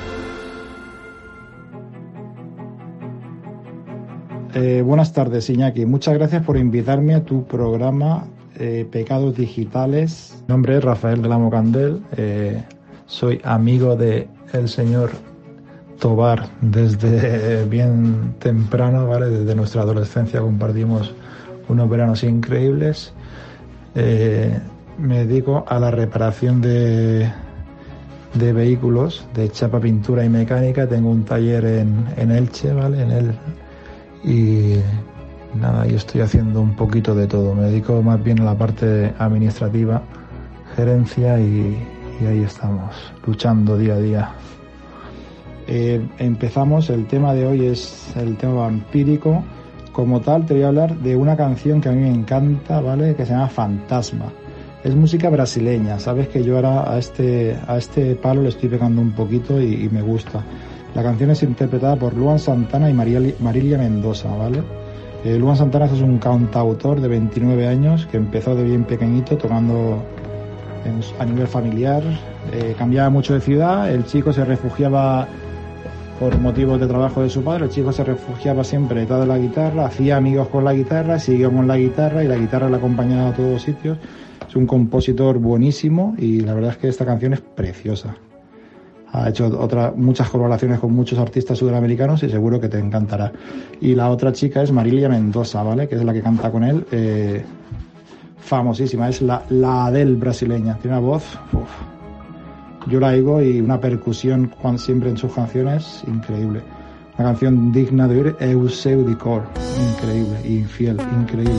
Eh, buenas tardes, Iñaki. Muchas gracias por invitarme a tu programa eh, Pecados Digitales. Mi nombre es Rafael del Amo Candel. Eh, soy amigo de el señor Tobar desde bien temprano, ¿vale? Desde nuestra adolescencia compartimos unos veranos increíbles. Eh, me dedico a la reparación de, de vehículos, de chapa, pintura y mecánica. Tengo un taller en, en Elche, ¿vale? En el Y nada, yo estoy haciendo un poquito de todo. Me dedico más bien a la parte administrativa, gerencia y, y ahí estamos, luchando día a día. Eh, empezamos, el tema de hoy es el tema vampírico. Como tal, te voy a hablar de una canción que a mí me encanta, ¿vale? Que se llama Fantasma. Es música brasileña, sabes que yo ahora a este, a este palo le estoy pegando un poquito y, y me gusta. La canción es interpretada por Luan Santana y Marilia Mendoza, ¿vale? Eh, Luan Santana es un cantautor de veintinueve años que empezó de bien pequeñito tocando en, a nivel familiar, eh, cambiaba mucho de ciudad, el chico se refugiaba por motivos de trabajo de su padre, el chico se refugiaba siempre detrás de la guitarra, hacía amigos con la guitarra, siguió con la guitarra y la guitarra le acompañaba a todos sitios es un compositor buenísimo y la verdad es que esta canción es preciosa. Ha hecho otra, muchas colaboraciones con muchos artistas sudamericanos y seguro que te encantará. Y la otra chica es Marilia Mendoza, ¿vale? Que es la que canta con él. Eh, famosísima, es la, la Adele brasileña. Tiene una voz, uf, yo la oigo, y una percusión cuando, siempre en sus canciones, increíble. Una canción digna de oír. Eu Seu de Cor, increíble, infiel, increíble.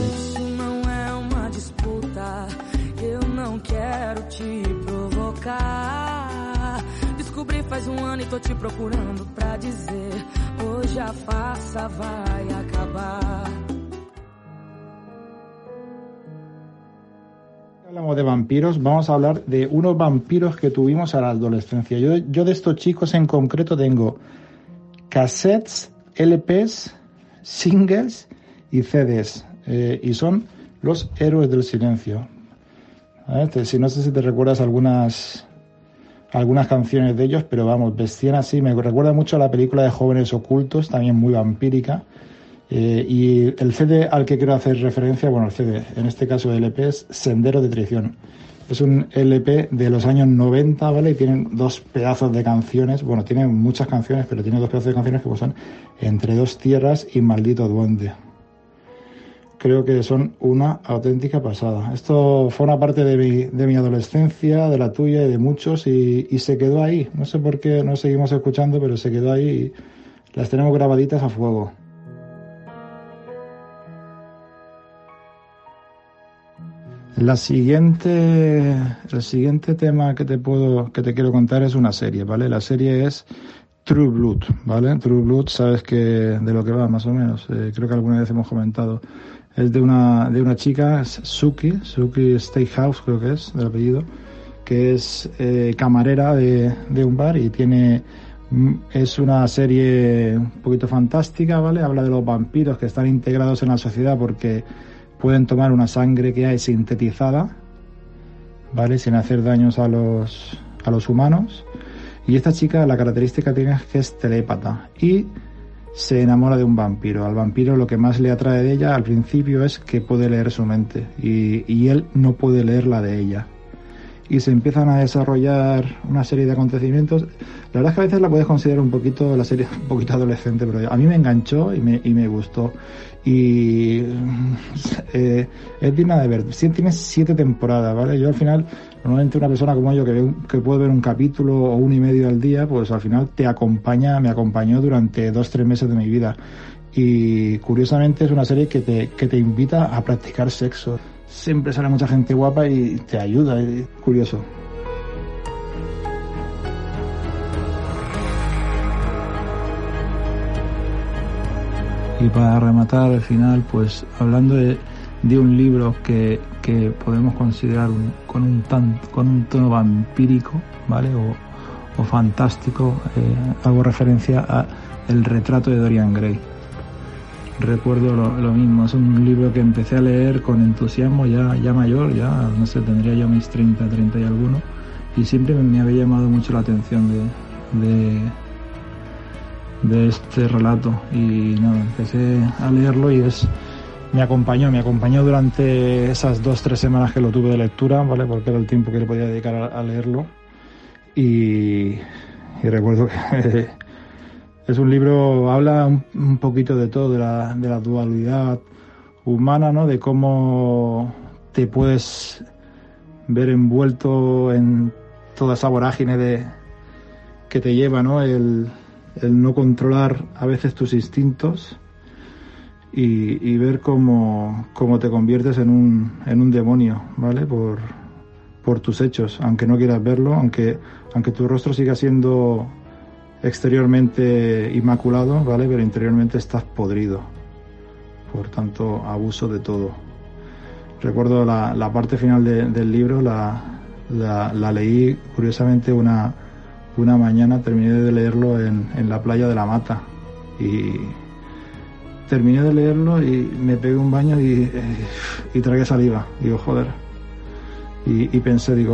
Faz um ano e tô te procurando pra dizer, hoje a farsa vai acabar. Hablamos de vampiros, vamos a hablar de unos vampiros que tuvimos a la adolescencia. Yo, yo de estos chicos en concreto tengo cassettes, L Pes, singles y C Ds, eh, y son los héroes del silencio. A ver, si no sé si te recuerdas algunas algunas canciones de ellos, pero vamos, vestían así. Me recuerda mucho a la película de Jóvenes Ocultos, también muy vampírica. Eh, y el C D al que quiero hacer referencia, bueno, el C D, en este caso el L P, es Sendero de Traición. Es un L P de los años noventa, ¿vale? Y tienen dos pedazos de canciones, bueno, tienen muchas canciones, pero tiene dos pedazos de canciones que pues son Entre dos tierras y Maldito duende. Creo que son una auténtica pasada. Esto forma parte de mi, de mi adolescencia, de la tuya y de muchos, y, y se quedó ahí. No sé por qué no seguimos escuchando, pero se quedó ahí y las tenemos grabaditas a fuego. La siguiente, el siguiente tema que te puedo, que te quiero contar es una serie, ¿vale? La serie es True Blood, ¿vale? True Blood, sabes que de lo que va, más o menos. Eh, creo que alguna vez hemos comentado. Es de una de una chica, es Suki, Suki Stackhouse, creo que es, del apellido, que es eh, camarera de, de un bar y tiene... Es una serie un poquito fantástica, ¿vale? Habla de los vampiros que están integrados en la sociedad porque pueden tomar una sangre que hay sintetizada, ¿vale? Sin hacer daños a los, a los humanos. Y esta chica, la característica que tiene es que es telépata y se enamora de un vampiro. Al vampiro lo que más le atrae de ella al principio es que puede leer su mente y, y él no puede leer la de ella. Y se empiezan a desarrollar una serie de acontecimientos. La verdad es que a veces la puedes considerar un poquito, la serie un poquito adolescente, pero a mí me enganchó y me, y me gustó. Y eh, es digna de ver. Sí, tiene siete temporadas, ¿vale? Yo al final, normalmente una persona como yo que, ve un, que puede ver un capítulo o uno y medio al día, pues al final te acompaña, me acompañó durante dos, tres meses de mi vida. Y curiosamente es una serie que te, que te invita a practicar sexo. Siempre sale mucha gente guapa y te ayuda, es curioso. Y para rematar al final, pues hablando de, de un libro que, que podemos considerar un, con, un tan, con un tono vampírico, ¿vale? O, o fantástico, eh, hago referencia a El retrato de Dorian Gray. Recuerdo lo, lo mismo, es un libro que empecé a leer con entusiasmo ya, ya mayor, ya no sé, tendría yo mis treinta, treinta y alguno, y siempre me, me había llamado mucho la atención de, de, de este relato, y nada, empecé a leerlo y es me acompañó, me acompañó durante esas dos, tres semanas que lo tuve de lectura, ¿vale? Porque era el tiempo que le podía dedicar a, a leerlo, y, y recuerdo que es un libro, habla un, un poquito de todo, de la, de la dualidad humana, ¿no? De cómo te puedes ver envuelto en toda esa vorágine de, que te lleva, ¿no? El, el no controlar a veces tus instintos y, y ver cómo, cómo te conviertes en un, en un demonio, ¿vale? Por, por tus hechos, aunque no quieras verlo, aunque, aunque tu rostro siga siendo exteriormente inmaculado, ¿vale? Pero interiormente estás podrido por tanto abuso de todo. Recuerdo la, la parte final de, del libro, la, la, la leí curiosamente una, una mañana, terminé de leerlo en, en la playa de La Mata y terminé de leerlo y me pegué un baño y, y tragué saliva. Digo, joder. Y, y pensé, digo,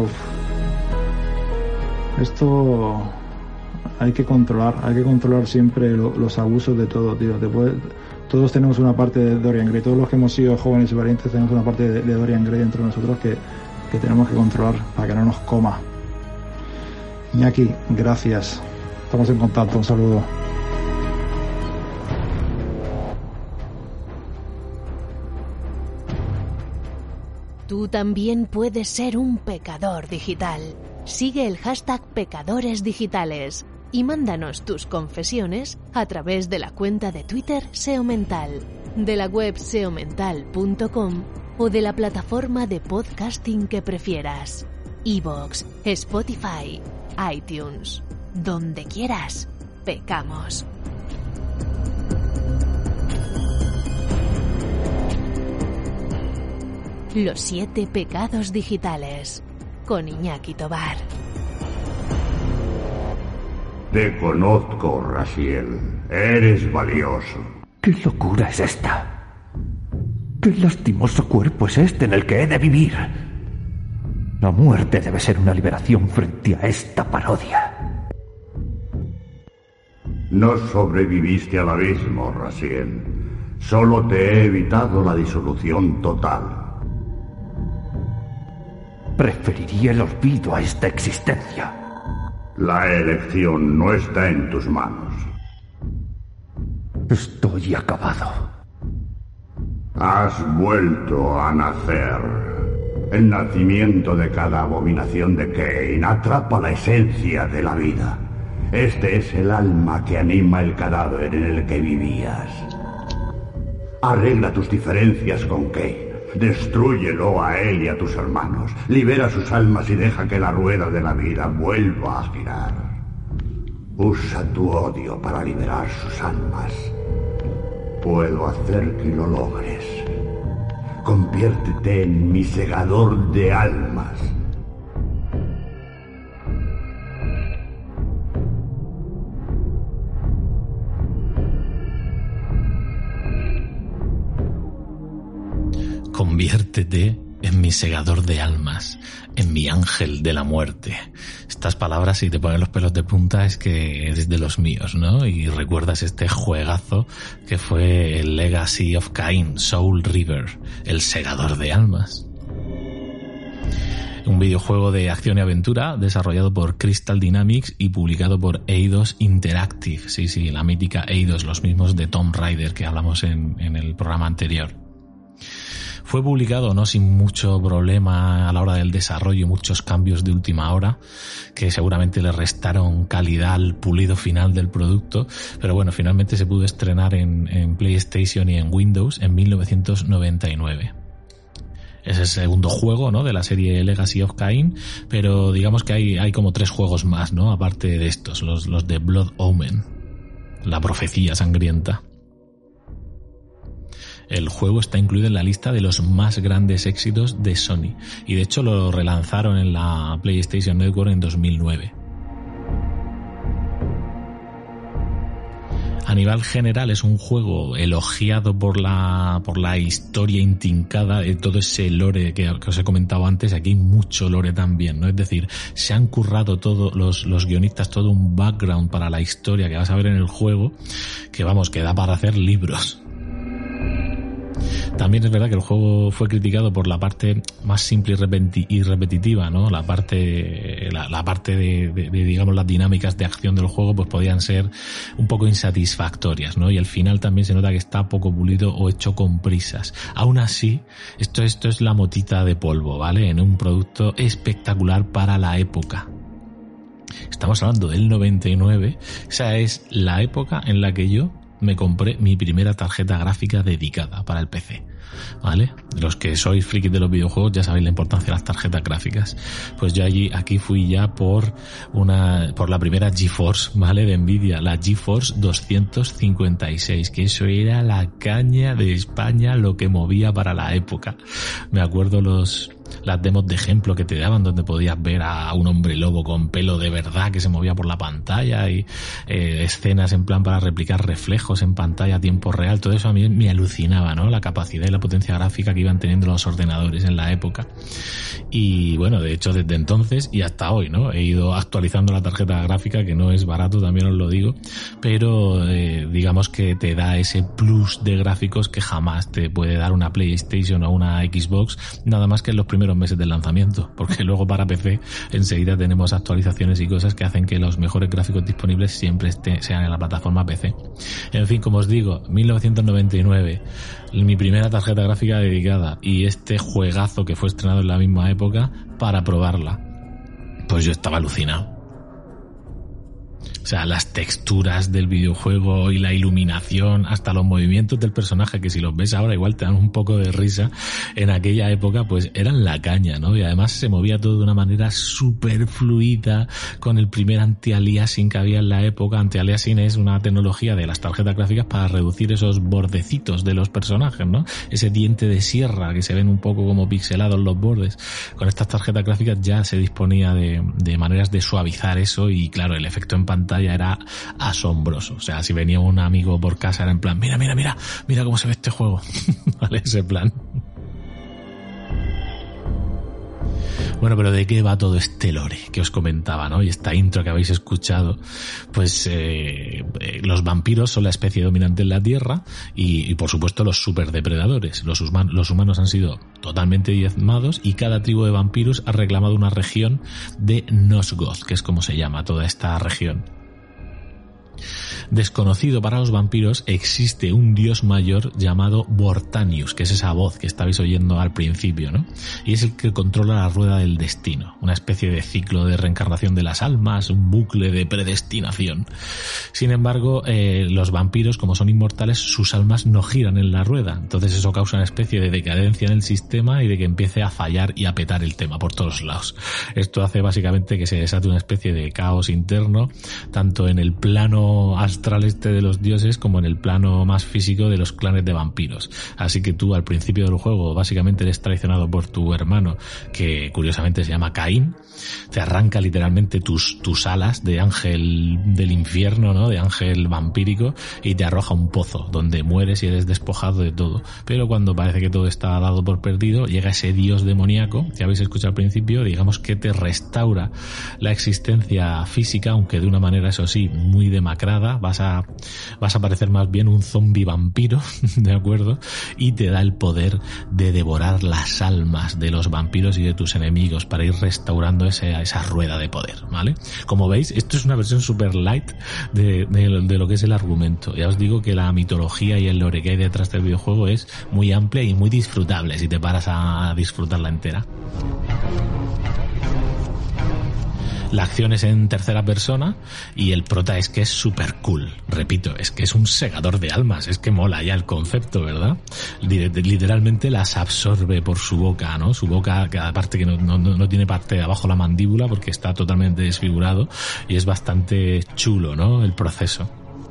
esto hay que controlar, hay que controlar siempre lo, los abusos de todo, tío. Te puede, todos tenemos una parte de Dorian Gray, todos los que hemos sido jóvenes y valientes tenemos una parte de, de Dorian Gray dentro de nosotros que, que tenemos que controlar para que no nos coma. Iñaki, gracias. Estamos en contacto. Un saludo. Tú también puedes ser un pecador digital. Sigue el hashtag Pecadores Digitales y mándanos tus confesiones a través de la cuenta de Twitter S E O Mental, de la web seomental punto com o de la plataforma de podcasting que prefieras. iVoox, Spotify, iTunes. Donde quieras, pecamos. Los siete pecados digitales, con Iñaki Tobar. Te conozco, Raziel. Eres valioso. ¿Qué locura es esta? ¿Qué lastimoso cuerpo es este en el que he de vivir? La muerte debe ser una liberación frente a esta parodia. No sobreviviste al abismo, Raziel. Solo te he evitado la disolución total. Preferiría el olvido a esta existencia. La elección no está en tus manos. Estoy acabado. Has vuelto a nacer. El nacimiento de cada abominación de Kane atrapa la esencia de la vida. Este es el alma que anima el cadáver en el que vivías. Arregla tus diferencias con Kane. Destrúyelo a él y a tus hermanos. Libera sus almas y deja que la rueda de la vida vuelva a girar. Usa tu odio para liberar sus almas. Puedo hacer que lo logres. Conviértete en mi segador de almas. Conviértete en mi segador de almas, en mi ángel de la muerte. Estas palabras, si te ponen los pelos de punta, es que eres de los míos, ¿no? Y recuerdas este juegazo que fue el Legacy of Kain, Soul River, el segador de almas. Un videojuego de acción y aventura desarrollado por Crystal Dynamics y publicado por Eidos Interactive. Sí, sí, la mítica Eidos, los mismos de Tomb Raider que hablamos en, en el programa anterior. Fue publicado no sin mucho problema a la hora del desarrollo, muchos cambios de última hora que seguramente le restaron calidad al pulido final del producto, pero bueno, finalmente se pudo estrenar en, en PlayStation y en Windows en mil novecientos noventa y nueve. Es el segundo juego, ¿no?, de la serie Legacy of Kain, pero digamos que hay, hay como tres juegos más, ¿no?, aparte de estos, los, los de Blood Omen, la profecía sangrienta. El juego está incluido en la lista de los más grandes éxitos de Sony y de hecho lo relanzaron en la PlayStation Network en dos mil nueve. A nivel general es un juego elogiado por la por la historia intrincada de todo ese lore que, que os he comentado antes. Aquí hay mucho lore también, ¿no? Es decir, se han currado todos los, los guionistas todo un background para la historia que vas a ver en el juego que vamos, que da para hacer libros. También es verdad que el juego fue criticado por la parte más simple y, repeti- y repetitiva, ¿no? La parte, la, la parte de, de, de, digamos, las dinámicas de acción del juego, pues podían ser un poco insatisfactorias, ¿no? Y al final también se nota que está poco pulido o hecho con prisas. Aún así, esto, esto es la motita de polvo, ¿vale? En un producto espectacular para la época. Estamos hablando del noventa y nueve, esa es la época en la que yo me compré mi primera tarjeta gráfica dedicada para el P C, ¿vale? Los que sois frikis de los videojuegos ya sabéis la importancia de las tarjetas gráficas. Pues yo allí, aquí fui ya por una, por la primera GeForce, ¿vale? De Nvidia, la GeForce doscientos cincuenta y seis, que eso era la caña de España, lo que movía para la época. Me acuerdo los, las demos de ejemplo que te daban donde podías ver a un hombre lobo con pelo de verdad que se movía por la pantalla y eh, escenas en plan para replicar reflejos en pantalla a tiempo real. Todo eso a mí me alucinaba, ¿no? La capacidad y la potencia gráfica que iban teniendo los ordenadores en la época. Y bueno, de hecho desde entonces y hasta hoy, ¿no? He ido actualizando la tarjeta gráfica, que no es barato, también os lo digo, pero eh, digamos que te da ese plus de gráficos que jamás te puede dar una PlayStation o una Xbox, nada más que en los primeros primeros meses del lanzamiento, porque luego para P C enseguida tenemos actualizaciones y cosas que hacen que los mejores gráficos disponibles siempre estén, sean en la plataforma P C. En fin, como os digo, mil novecientos noventa y nueve, mi primera tarjeta gráfica dedicada, y este juegazo que fue estrenado en la misma época para probarla. Pues yo estaba alucinado. O sea, las texturas del videojuego y la iluminación, hasta los movimientos del personaje, que si los ves ahora igual te dan un poco de risa, en aquella época pues eran la caña, ¿no? Y además se movía todo de una manera súper fluida, con el primer anti-aliasing que había en la época. Anti-aliasing es una tecnología de las tarjetas gráficas para reducir esos bordecitos de los personajes, ¿no? Ese diente de sierra que se ven un poco como pixelados los bordes. Con estas tarjetas gráficas ya se disponía de, de maneras de suavizar eso, y claro, el efecto en pantalla ya era asombroso. O sea, si venía un amigo por casa era en plan, mira, mira, mira, mira cómo se ve este juego. ¿Vale? Ese plan. Bueno, pero ¿de qué va todo este lore que os comentaba, no? Y esta intro que habéis escuchado, pues eh, los vampiros son la especie dominante en la Tierra y, y por supuesto los superdepredadores. Los, human, los humanos han sido totalmente diezmados y cada tribu de vampiros ha reclamado una región de Nosgoth, que es como se llama toda esta región. Desconocido para los vampiros, existe un dios mayor llamado Vortanius, que es esa voz que estabais oyendo al principio, ¿no? Y es el que controla la rueda del destino, una especie de ciclo de reencarnación de las almas, un bucle de predestinación. Sin embargo, eh, los vampiros, como son inmortales, sus almas no giran en la rueda, entonces eso causa una especie de decadencia en el sistema y de que empiece a fallar y a petar el tema por todos lados. Esto hace básicamente que se desate una especie de caos interno, tanto en el plano astral este de los dioses como en el plano más físico de los clanes de vampiros. Así que tú al principio del juego básicamente eres traicionado por tu hermano, que curiosamente se llama Caín. Te arranca literalmente tus, tus alas de ángel del infierno, ¿no? De ángel vampírico, y te arroja un pozo donde mueres y eres despojado de todo. Pero cuando parece que todo está dado por perdido, llega ese dios demoníaco que habéis escuchado al principio, digamos que te restaura la existencia física, aunque de una manera, eso sí, muy demacrada. Vas a, vas a parecer más bien un zombi vampiro, ¿de acuerdo? Y te da el poder de devorar las almas de los vampiros y de tus enemigos para ir restaurando esa, esa rueda de poder, ¿vale? Como veis, esto es una versión super light de, de, de lo que es el argumento. Ya os digo que la mitología y el lore que hay detrás del videojuego es muy amplia y muy disfrutable si te paras a disfrutarla entera. La acción es en tercera persona y el prota es que es super cool. Repito, es que es un segador de almas, es que mola ya el concepto, ¿verdad? Literalmente las absorbe por su boca, ¿no? Su boca, cada parte que no, no, no tiene parte de abajo la mandíbula porque está totalmente desfigurado, y es bastante chulo, ¿no? El proceso.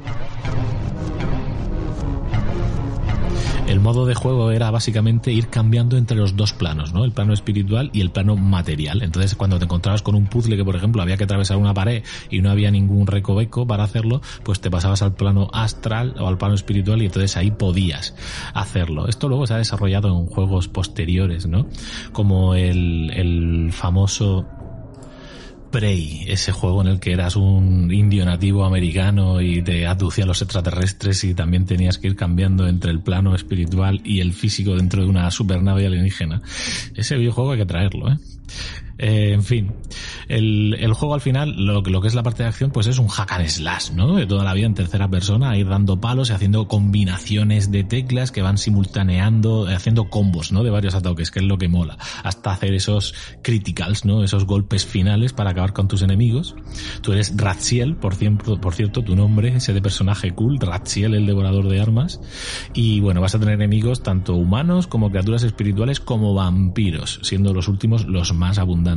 El modo de juego era básicamente ir cambiando entre los dos planos, ¿no? El plano espiritual y el plano material. Entonces, cuando te encontrabas con un puzzle que, por ejemplo, había que atravesar una pared y no había ningún recoveco para hacerlo, pues te pasabas al plano astral o al plano espiritual y entonces ahí podías hacerlo. Esto luego se ha desarrollado en juegos posteriores, ¿no? Como el, el famoso Prey, ese juego en el que eras un indio nativo americano y te abducían los extraterrestres y también tenías que ir cambiando entre el plano espiritual y el físico dentro de una supernave alienígena. Ese videojuego hay que traerlo, ¿eh? Eh, en fin, el, el juego al final, lo, lo que es la parte de acción, pues es un hack and slash, ¿no? De toda la vida en tercera persona, ir dando palos y haciendo combinaciones de teclas que van simultaneando, haciendo combos, ¿no? De varios ataques, que es lo que mola, hasta hacer esos criticals, ¿no? Esos golpes finales para acabar con tus enemigos. Tú eres Raziel, por cierto, por cierto, tu nombre, ese de personaje cool, Raziel, el devorador de armas. Y bueno, vas a tener enemigos tanto humanos como criaturas espirituales como vampiros, siendo los últimos los más abundantes.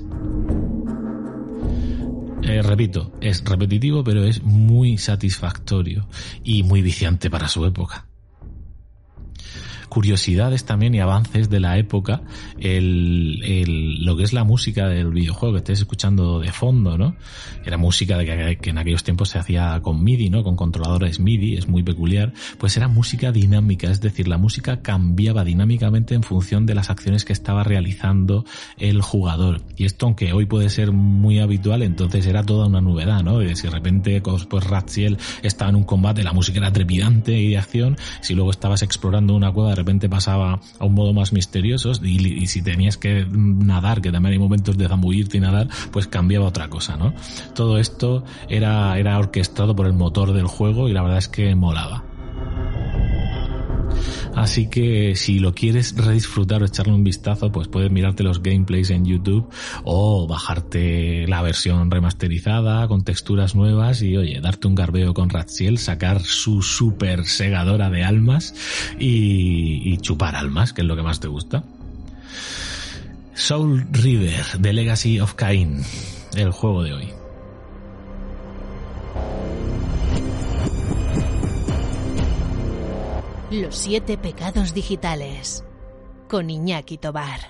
Eh, repito, es repetitivo, pero es muy satisfactorio y muy viciante para su época. Curiosidades también y avances de la época, el, el, lo que es la música del videojuego que estés escuchando de fondo, ¿no? Era música de que, que en aquellos tiempos se hacía con MIDI, ¿no? Con controladores MIDI, es muy peculiar. Pues era música dinámica, es decir, la música cambiaba dinámicamente en función de las acciones que estaba realizando el jugador. Y esto, aunque hoy puede ser muy habitual, entonces era toda una novedad, ¿no? Y si de repente, pues Raziel estaba en un combate, la música era trepidante y de acción. Si luego estabas explorando una cueva, de repente repente pasaba a un modo más misterioso y, y si tenías que nadar, que también hay momentos de zambullirte y nadar, pues cambiaba otra cosa, ¿no? Todo esto era, era orquestado por el motor del juego y la verdad es que molaba. Así que si lo quieres redisfrutar o echarle un vistazo, pues puedes mirarte los gameplays en YouTube o bajarte la versión remasterizada con texturas nuevas y, oye, darte un garbeo con Ratziel, sacar su super segadora de almas y, y chupar almas, que es lo que más te gusta. Soul River, The Legacy of Kain, el juego de hoy. Los siete pecados digitales, con Iñaki Tobar.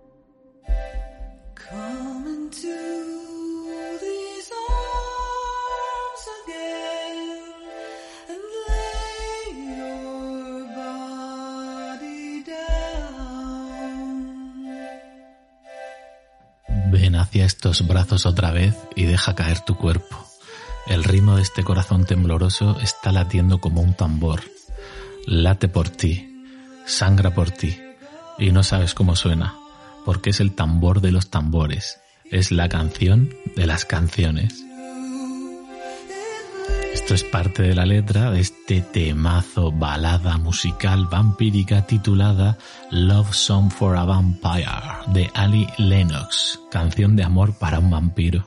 Ven hacia estos brazos otra vez y deja caer tu cuerpo. El ritmo de este corazón tembloroso está latiendo como un tambor. Late por ti, sangra por ti, y no sabes cómo suena, porque es el tambor de los tambores, es la canción de las canciones. Esto es parte de la letra de este temazo balada musical vampírica titulada Love Song for a Vampire de Annie Lennox, canción de amor para un vampiro.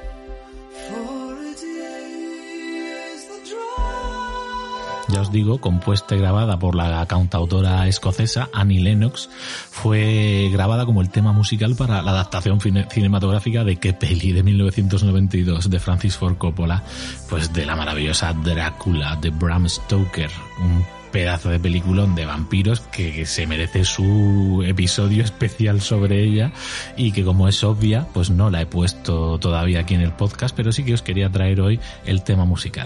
Ya os digo, compuesta y grabada por la cantautora escocesa Annie Lennox, fue grabada como el tema musical para la adaptación cinematográfica de ¿Qué peli? De mil novecientos noventa y dos de Francis Ford Coppola, pues de la maravillosa Drácula de Bram Stoker, un pedazo de peliculón de vampiros que, que se merece su episodio especial sobre ella y que, como es obvia, pues no la he puesto todavía aquí en el podcast, pero sí que os quería traer hoy el tema musical.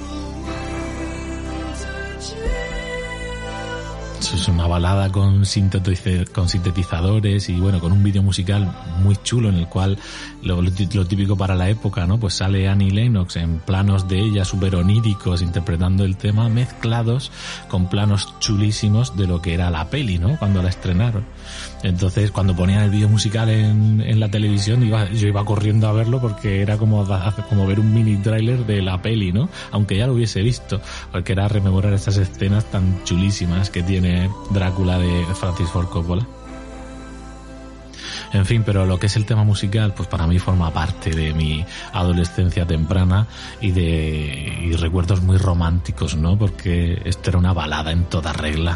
Es una balada con, con sintetizadores y bueno, con un vídeo musical muy chulo en el cual lo, lo típico para la época, ¿no? Pues sale Annie Lennox en planos de ella súper oníricos interpretando el tema, mezclados con planos chulísimos de lo que era la peli, ¿no? Cuando la estrenaron. Entonces, cuando ponían el vídeo musical en, en la televisión, iba, yo iba corriendo a verlo porque era como, como ver un mini tráiler de la peli, ¿no? Aunque ya lo hubiese visto, porque era rememorar esas escenas tan chulísimas que tiene Drácula de Francis Ford Coppola. En fin, pero lo que es el tema musical, pues para mí forma parte de mi adolescencia temprana y de y recuerdos muy románticos, ¿no? Porque esto era una balada en toda regla.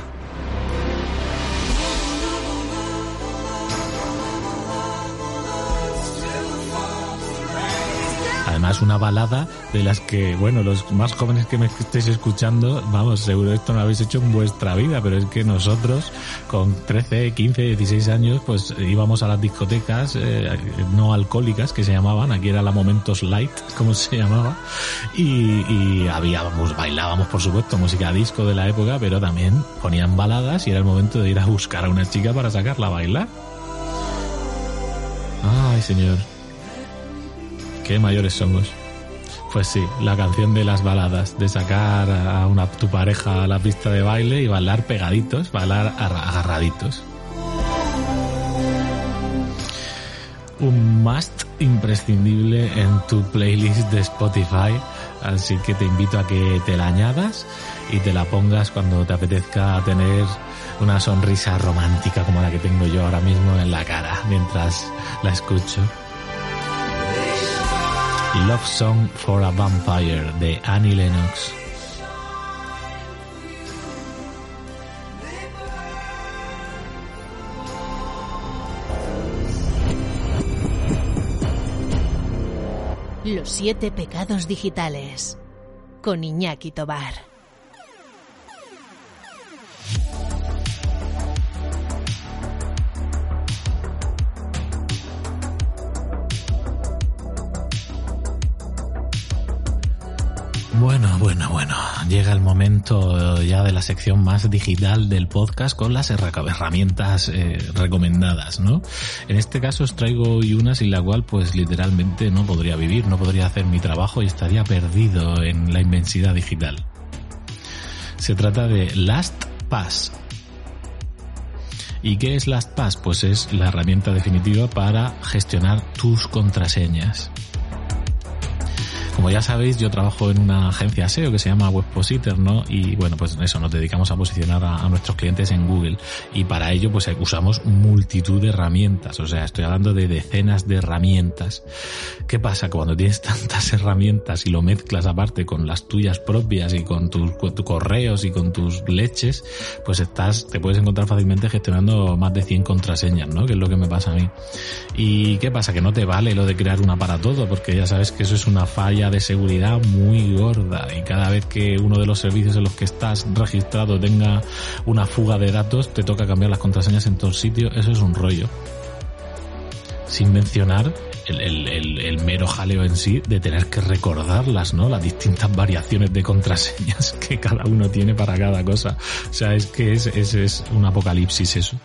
Además, una balada de las que, bueno, los más jóvenes que me estéis escuchando, vamos, seguro esto no lo habéis hecho en vuestra vida, pero es que nosotros con trece, quince, dieciséis años, pues íbamos a las discotecas eh, no alcohólicas, que se llamaban, aquí era la Momentos Light, como se llamaba, y, y habíamos, bailábamos, por supuesto, música disco de la época, pero también ponían baladas y era el momento de ir a buscar a una chica para sacarla a bailar. Ay, señor. Qué mayores somos. Pues sí, la canción de las baladas, de sacar a una tu pareja a la pista de baile y bailar pegaditos, bailar agarraditos. Un must imprescindible en tu playlist de Spotify, así que te invito a que te la añadas y te la pongas cuando te apetezca tener una sonrisa romántica como la que tengo yo ahora mismo en la cara mientras la escucho. Love Song for a Vampire de Annie Lennox. Los siete pecados digitales con Iñaki Tobar. Bueno, bueno, bueno, llega el momento ya de la sección más digital del podcast con las herramientas eh, recomendadas, ¿no? En este caso os traigo hoy una sin la cual pues literalmente no podría vivir, no podría hacer mi trabajo y estaría perdido en la inmensidad digital. Se trata de LastPass. ¿Y qué es LastPass? Pues es la herramienta definitiva para gestionar tus contraseñas. Como ya sabéis, yo trabajo en una agencia S E O que se llama Webpositor, ¿no? Y bueno, pues eso, nos dedicamos a posicionar a, a nuestros clientes en Google. Y para ello, pues usamos multitud de herramientas. O sea, estoy hablando de decenas de herramientas. ¿Qué pasa? Que cuando tienes tantas herramientas y lo mezclas aparte con las tuyas propias y con tus, con tus correos y con tus leches, pues estás, te puedes encontrar fácilmente gestionando más de cien contraseñas, ¿no? Que es lo que me pasa a mí. ¿Y qué pasa? Que no te vale lo de crear una para todo, porque ya sabes que eso es una falla de seguridad muy gorda, y cada vez que uno de los servicios en los que estás registrado tenga una fuga de datos, te toca cambiar las contraseñas en todo sitio. Eso es un rollo, sin mencionar el, el, el, el mero jaleo en sí de tener que recordarlas, ¿no? Las distintas variaciones de contraseñas que cada uno tiene para cada cosa. O sea, es que es, es, es un apocalipsis eso.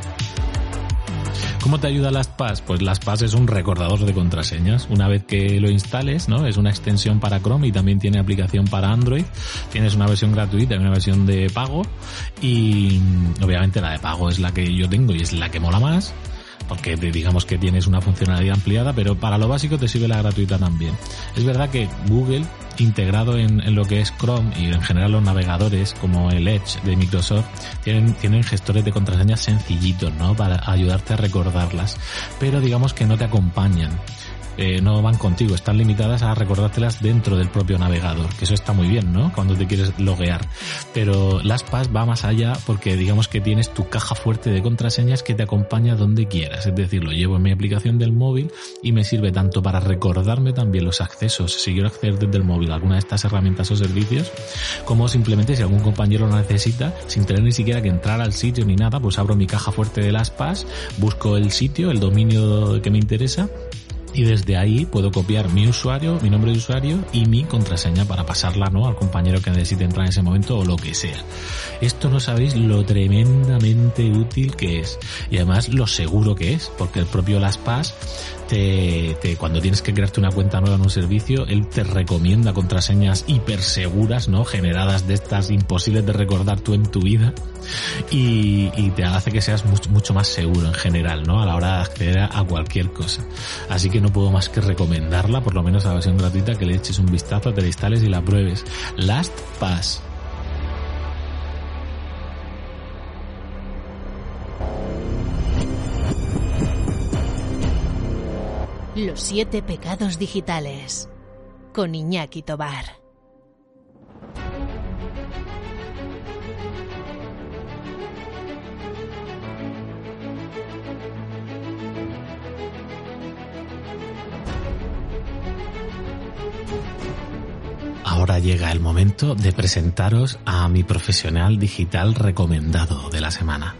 ¿Cómo te ayuda LastPass? Pues LastPass es un recordador de contraseñas. Una vez que lo instales, ¿no? Es una extensión para Chrome y también tiene aplicación para Android. Tienes una versión gratuita y una versión de pago. Y obviamente la de pago es la que yo tengo y es la que mola más, porque digamos que tienes una funcionalidad ampliada, pero para lo básico te sirve la gratuita también. Es verdad que Google, integrado en, en lo que es Chrome y en general los navegadores como el Edge de Microsoft, tienen, tienen gestores de contraseñas sencillitos, ¿no? Para ayudarte a recordarlas, pero digamos que no te acompañan. Eh, no van contigo, están limitadas a recordártelas dentro del propio navegador, que eso está muy bien, ¿no? Cuando te quieres loguear. Pero LastPass va más allá, porque digamos que tienes tu caja fuerte de contraseñas que te acompaña donde quieras. Es decir, lo llevo en mi aplicación del móvil y me sirve tanto para recordarme también los accesos, si quiero acceder desde el móvil a alguna de estas herramientas o servicios, como simplemente si algún compañero lo necesita, sin tener ni siquiera que entrar al sitio ni nada, pues abro mi caja fuerte de LastPass, busco el sitio, el dominio que me interesa, y desde ahí puedo copiar mi usuario, mi nombre de usuario y mi contraseña para pasarla, ¿no?, al compañero que necesite entrar en ese momento o lo que sea. Esto no sabéis lo tremendamente útil que es, y además lo seguro que es, porque el propio LastPass te, te, cuando tienes que crearte una cuenta nueva en un servicio, él te recomienda contraseñas hiper seguras, ¿no?, generadas de estas imposibles de recordar tú en tu vida, y, y te hace que seas mucho, mucho más seguro en general, ¿no?, a la hora de acceder a cualquier cosa. Así que no puedo más que recomendarla, por lo menos la versión gratuita, que le eches un vistazo, te la instales y la pruebes. LastPass. Los siete pecados digitales, con Iñaki Tobar. Ahora llega el momento de presentaros a mi profesional digital recomendado de la semana.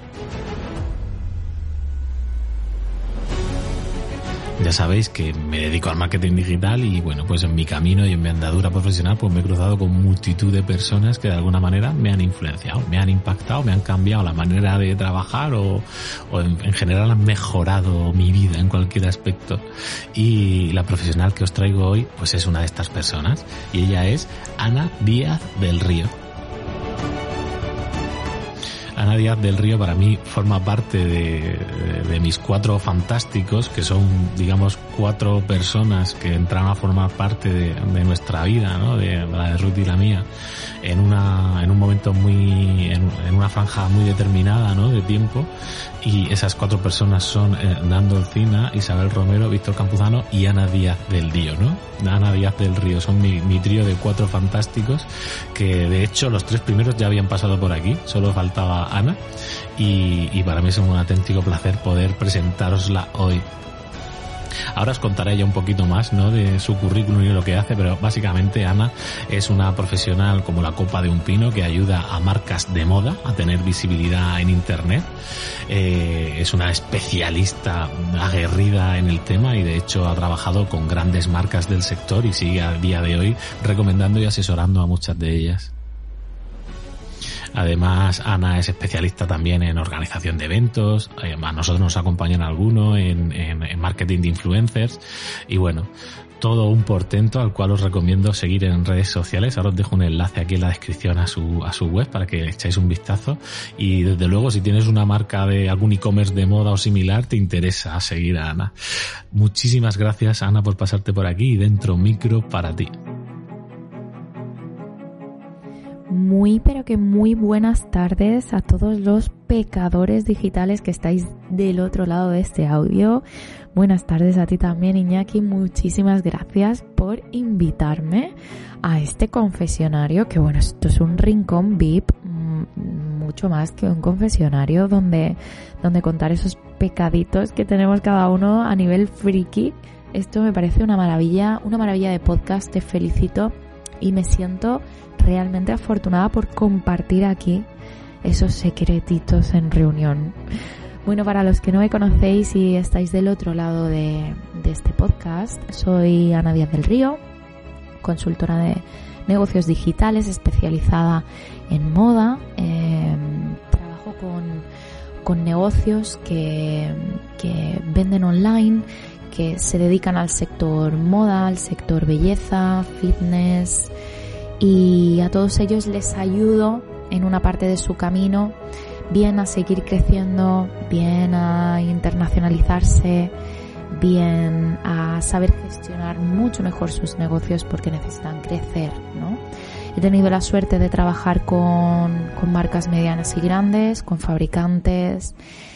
Ya sabéis que me dedico al marketing digital y bueno, pues en mi camino y en mi andadura profesional pues me he cruzado con multitud de personas que de alguna manera me han influenciado, me han impactado, me han cambiado la manera de trabajar o, o en, en general han mejorado mi vida en cualquier aspecto. Y la profesional que os traigo hoy pues es una de estas personas y ella es Ana Díaz del Río. Ana Díaz del Río para mí forma parte de, de, de mis cuatro fantásticos, que son, digamos, cuatro personas que entraron a formar parte de, de nuestra vida, ¿no?, de, de la de Ruth y la mía, en una en un momento muy, en, en una franja muy determinada, ¿no?, de tiempo. Y esas cuatro personas son Nando Olcina, Isabel Romero, Víctor Campuzano y Ana Díaz del Río, ¿no? Ana Díaz del Río son mi, mi trío de cuatro fantásticos, que de hecho los tres primeros ya habían pasado por aquí, solo faltaba Ana, y, y para mí es un auténtico placer poder presentárosla hoy. Ahora os contaré ya un poquito más, ¿no?, de su currículum y lo que hace, pero básicamente Ana es una profesional como la copa de un pino que ayuda a marcas de moda a tener visibilidad en Internet. Eh, es una especialista aguerrida en el tema y de hecho ha trabajado con grandes marcas del sector y sigue a día de hoy recomendando y asesorando a muchas de ellas. Además, Ana es especialista también en organización de eventos, a nosotros nos acompañan algunos en, en, en marketing de influencers y bueno, todo un portento al cual os recomiendo seguir en redes sociales. Ahora os dejo un enlace aquí en la descripción a su, a su web para que le echáis un vistazo. Y desde luego, si tienes una marca de algún e-commerce de moda o similar, te interesa seguir a Ana. Muchísimas gracias, Ana, por pasarte por aquí, y dentro micro para ti. Muy, pero que muy buenas tardes a todos los pecadores digitales que estáis del otro lado de este audio. Buenas tardes a ti también, Iñaki. Muchísimas gracias por invitarme a este confesionario, que bueno, esto es un rincón V I P, mucho más que un confesionario donde, donde contar esos pecaditos que tenemos cada uno a nivel friki. Esto me parece una maravilla, una maravilla de podcast. Te felicito y me siento realmente afortunada por compartir aquí esos secretitos en reunión. Bueno, para los que no me conocéis y estáis del otro lado de, de este podcast, soy Ana Díaz del Río, consultora de negocios digitales especializada en moda. Eh, trabajo con, con negocios que, que venden online, que se dedican al sector moda, al sector belleza, fitness, y a todos ellos les ayudo en una parte de su camino, bien a seguir creciendo, bien a internacionalizarse, bien a saber gestionar mucho mejor sus negocios porque necesitan crecer, ¿no? He tenido la suerte de trabajar con, con marcas medianas y grandes, con fabricantes,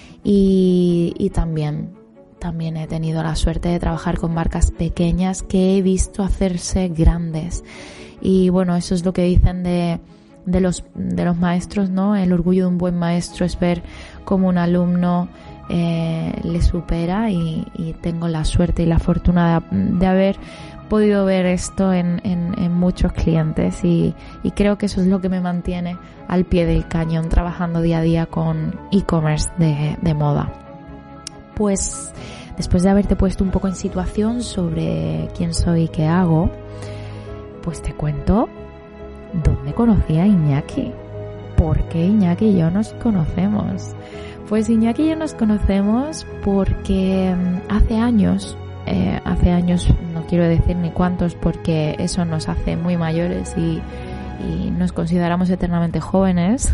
y, y también, también he tenido la suerte de trabajar con marcas pequeñas que he visto hacerse grandes. Y bueno, eso es lo que dicen de, de los de los maestros, ¿no? El orgullo de un buen maestro es ver cómo un alumno eh, le supera, y, y tengo la suerte y la fortuna de, de haber podido ver esto en, en, en muchos clientes, y, y creo que eso es lo que me mantiene al pie del cañón trabajando día a día con e-commerce de, de moda. Pues después de haberte puesto un poco en situación sobre quién soy y qué hago, pues te cuento dónde conocí a Iñaki. ¿Por qué Iñaki y yo nos conocemos? Pues Iñaki y yo nos conocemos porque hace años, eh, hace años, no quiero decir ni cuántos porque eso nos hace muy mayores y, y nos consideramos eternamente jóvenes.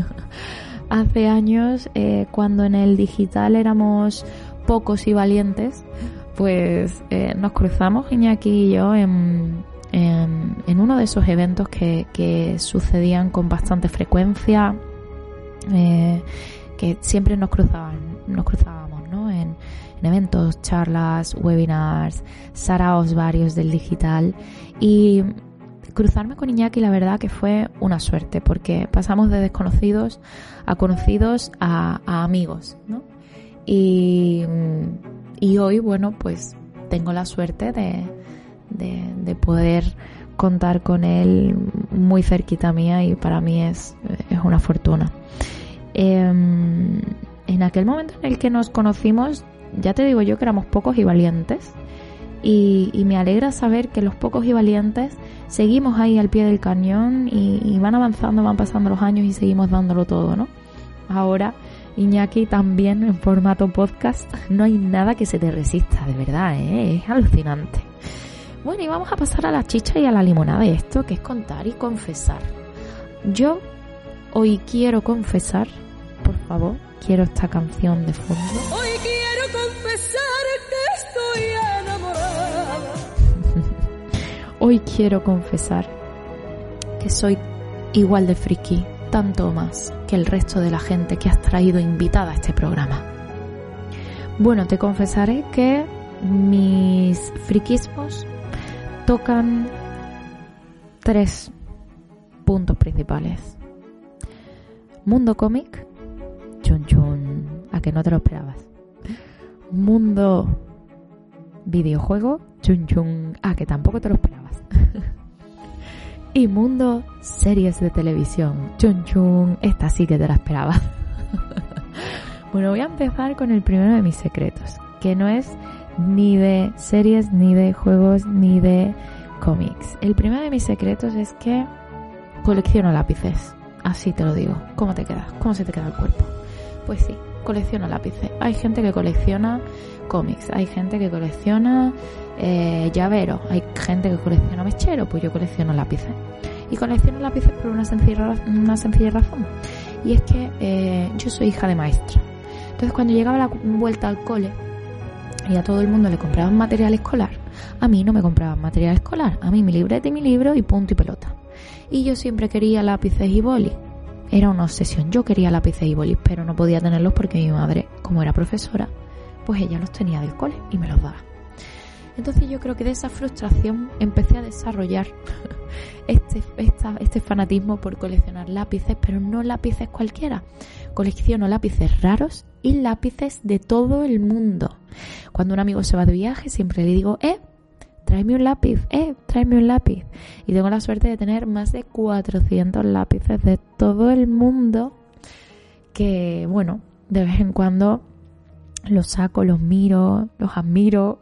Hace años, eh, cuando en el digital éramos pocos y valientes, pues eh, nos cruzamos Iñaki y yo en... En, en uno de esos eventos que, que sucedían con bastante frecuencia, eh, que siempre nos cruzaban, nos cruzábamos, ¿no? En, en eventos, charlas, webinars, saraos varios del digital, y cruzarme con Iñaki la verdad que fue una suerte, porque pasamos de desconocidos a conocidos a, a amigos, ¿no? Y, y hoy, bueno, pues tengo la suerte de De, de poder contar con él muy cerquita mía, y para mí es, es una fortuna. Eh, en aquel momento en el que nos conocimos, ya te digo yo que éramos pocos y valientes, y, y me alegra saber que los pocos y valientes seguimos ahí al pie del cañón, y, y van avanzando, van pasando los años y seguimos dándolo todo, ¿no? Ahora Iñaki también en formato podcast, no hay nada que se te resista, de verdad, ¿eh? Es alucinante. Bueno, y vamos a pasar a la chicha y a la limonada de esto, que es contar y confesar. Yo hoy quiero confesar, por favor, quiero esta canción de fondo. Hoy quiero confesar que estoy enamorada. Hoy quiero confesar que soy igual de friki, tanto más que el resto de la gente que has traído invitada a este programa. Bueno, te confesaré que mis friquismos tocan tres puntos principales. Mundo cómic, chun chun, a que no te lo esperabas. Mundo videojuego, chun chun, a que tampoco te lo esperabas. Y mundo series de televisión, chun chun, esta sí que te la esperabas. Bueno, voy a empezar con el primero de mis secretos, que no es ni de series, ni de juegos, ni de cómics. El primero de mis secretos es que colecciono lápices. Así te lo digo. ¿Cómo te queda? ¿Cómo se te queda el cuerpo? Pues sí, colecciona lápices, hay gente que colecciona cómics, hay gente que colecciona eh, llaveros, hay gente que colecciona mecheros, pues yo colecciono lápices. Y colecciono lápices por una sencilla, una sencilla razón. Y es que eh, yo soy hija de maestra. Entonces cuando llegaba la vuelta al cole y a todo el mundo le compraban material escolar, a mí no me compraban material escolar. A mí mi libreta y mi libro y punto y pelota. Y yo siempre quería lápices y bolis. Era una obsesión. Yo quería lápices y bolis, pero no podía tenerlos porque mi madre, como era profesora, pues ella los tenía del cole y me los daba. Entonces yo creo que de esa frustración empecé a desarrollar este, esta, este fanatismo por coleccionar lápices, pero no lápices cualquiera. Colecciono lápices raros y lápices de todo el mundo. Cuando un amigo se va de viaje siempre le digo, eh, tráeme un lápiz, eh, tráeme un lápiz. Y tengo la suerte de tener más de cuatrocientos lápices de todo el mundo que, bueno, de vez en cuando los saco, los miro, los admiro.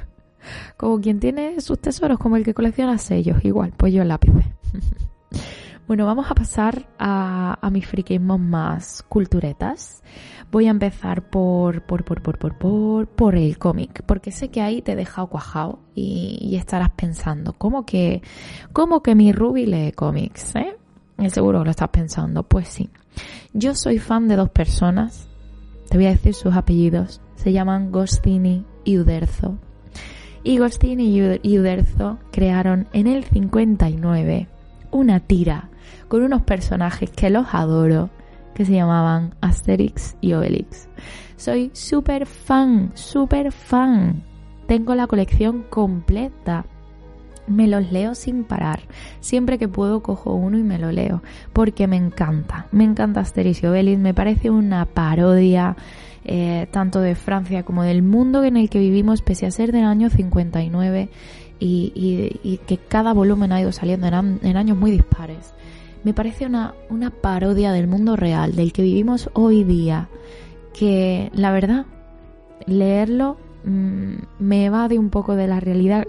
Como quien tiene sus tesoros, como el que colecciona sellos, igual, pues yo lápices. Bueno, vamos a pasar a, a mis friquismos más culturetas. Voy a empezar por por por por por por, por el cómic, porque sé que ahí te he dejado cuajado y, y estarás pensando, ¿cómo que cómo que mi Ruby lee cómics, eh? Y seguro que lo estás pensando. Pues sí, yo soy fan de dos personas, te voy a decir sus apellidos, se llaman Goscinny y Uderzo. Y Goscinny y Uderzo crearon en el cincuenta y nueve una tira con unos personajes que los adoro, que se llamaban Asterix y Obelix. Soy súper fan, súper fan. Tengo la colección completa. Me los leo sin parar. Siempre que puedo cojo uno y me lo leo, porque me encanta. Me encanta Asterix y Obelix. Me parece una parodia eh, tanto de Francia como del mundo en el que vivimos, pese a ser del año cincuenta y nueve y, y, y que cada volumen ha ido saliendo en, en años muy dispares. Me parece una, una parodia del mundo real, del que vivimos hoy día, que la verdad, leerlo mmm, me evade un poco de la realidad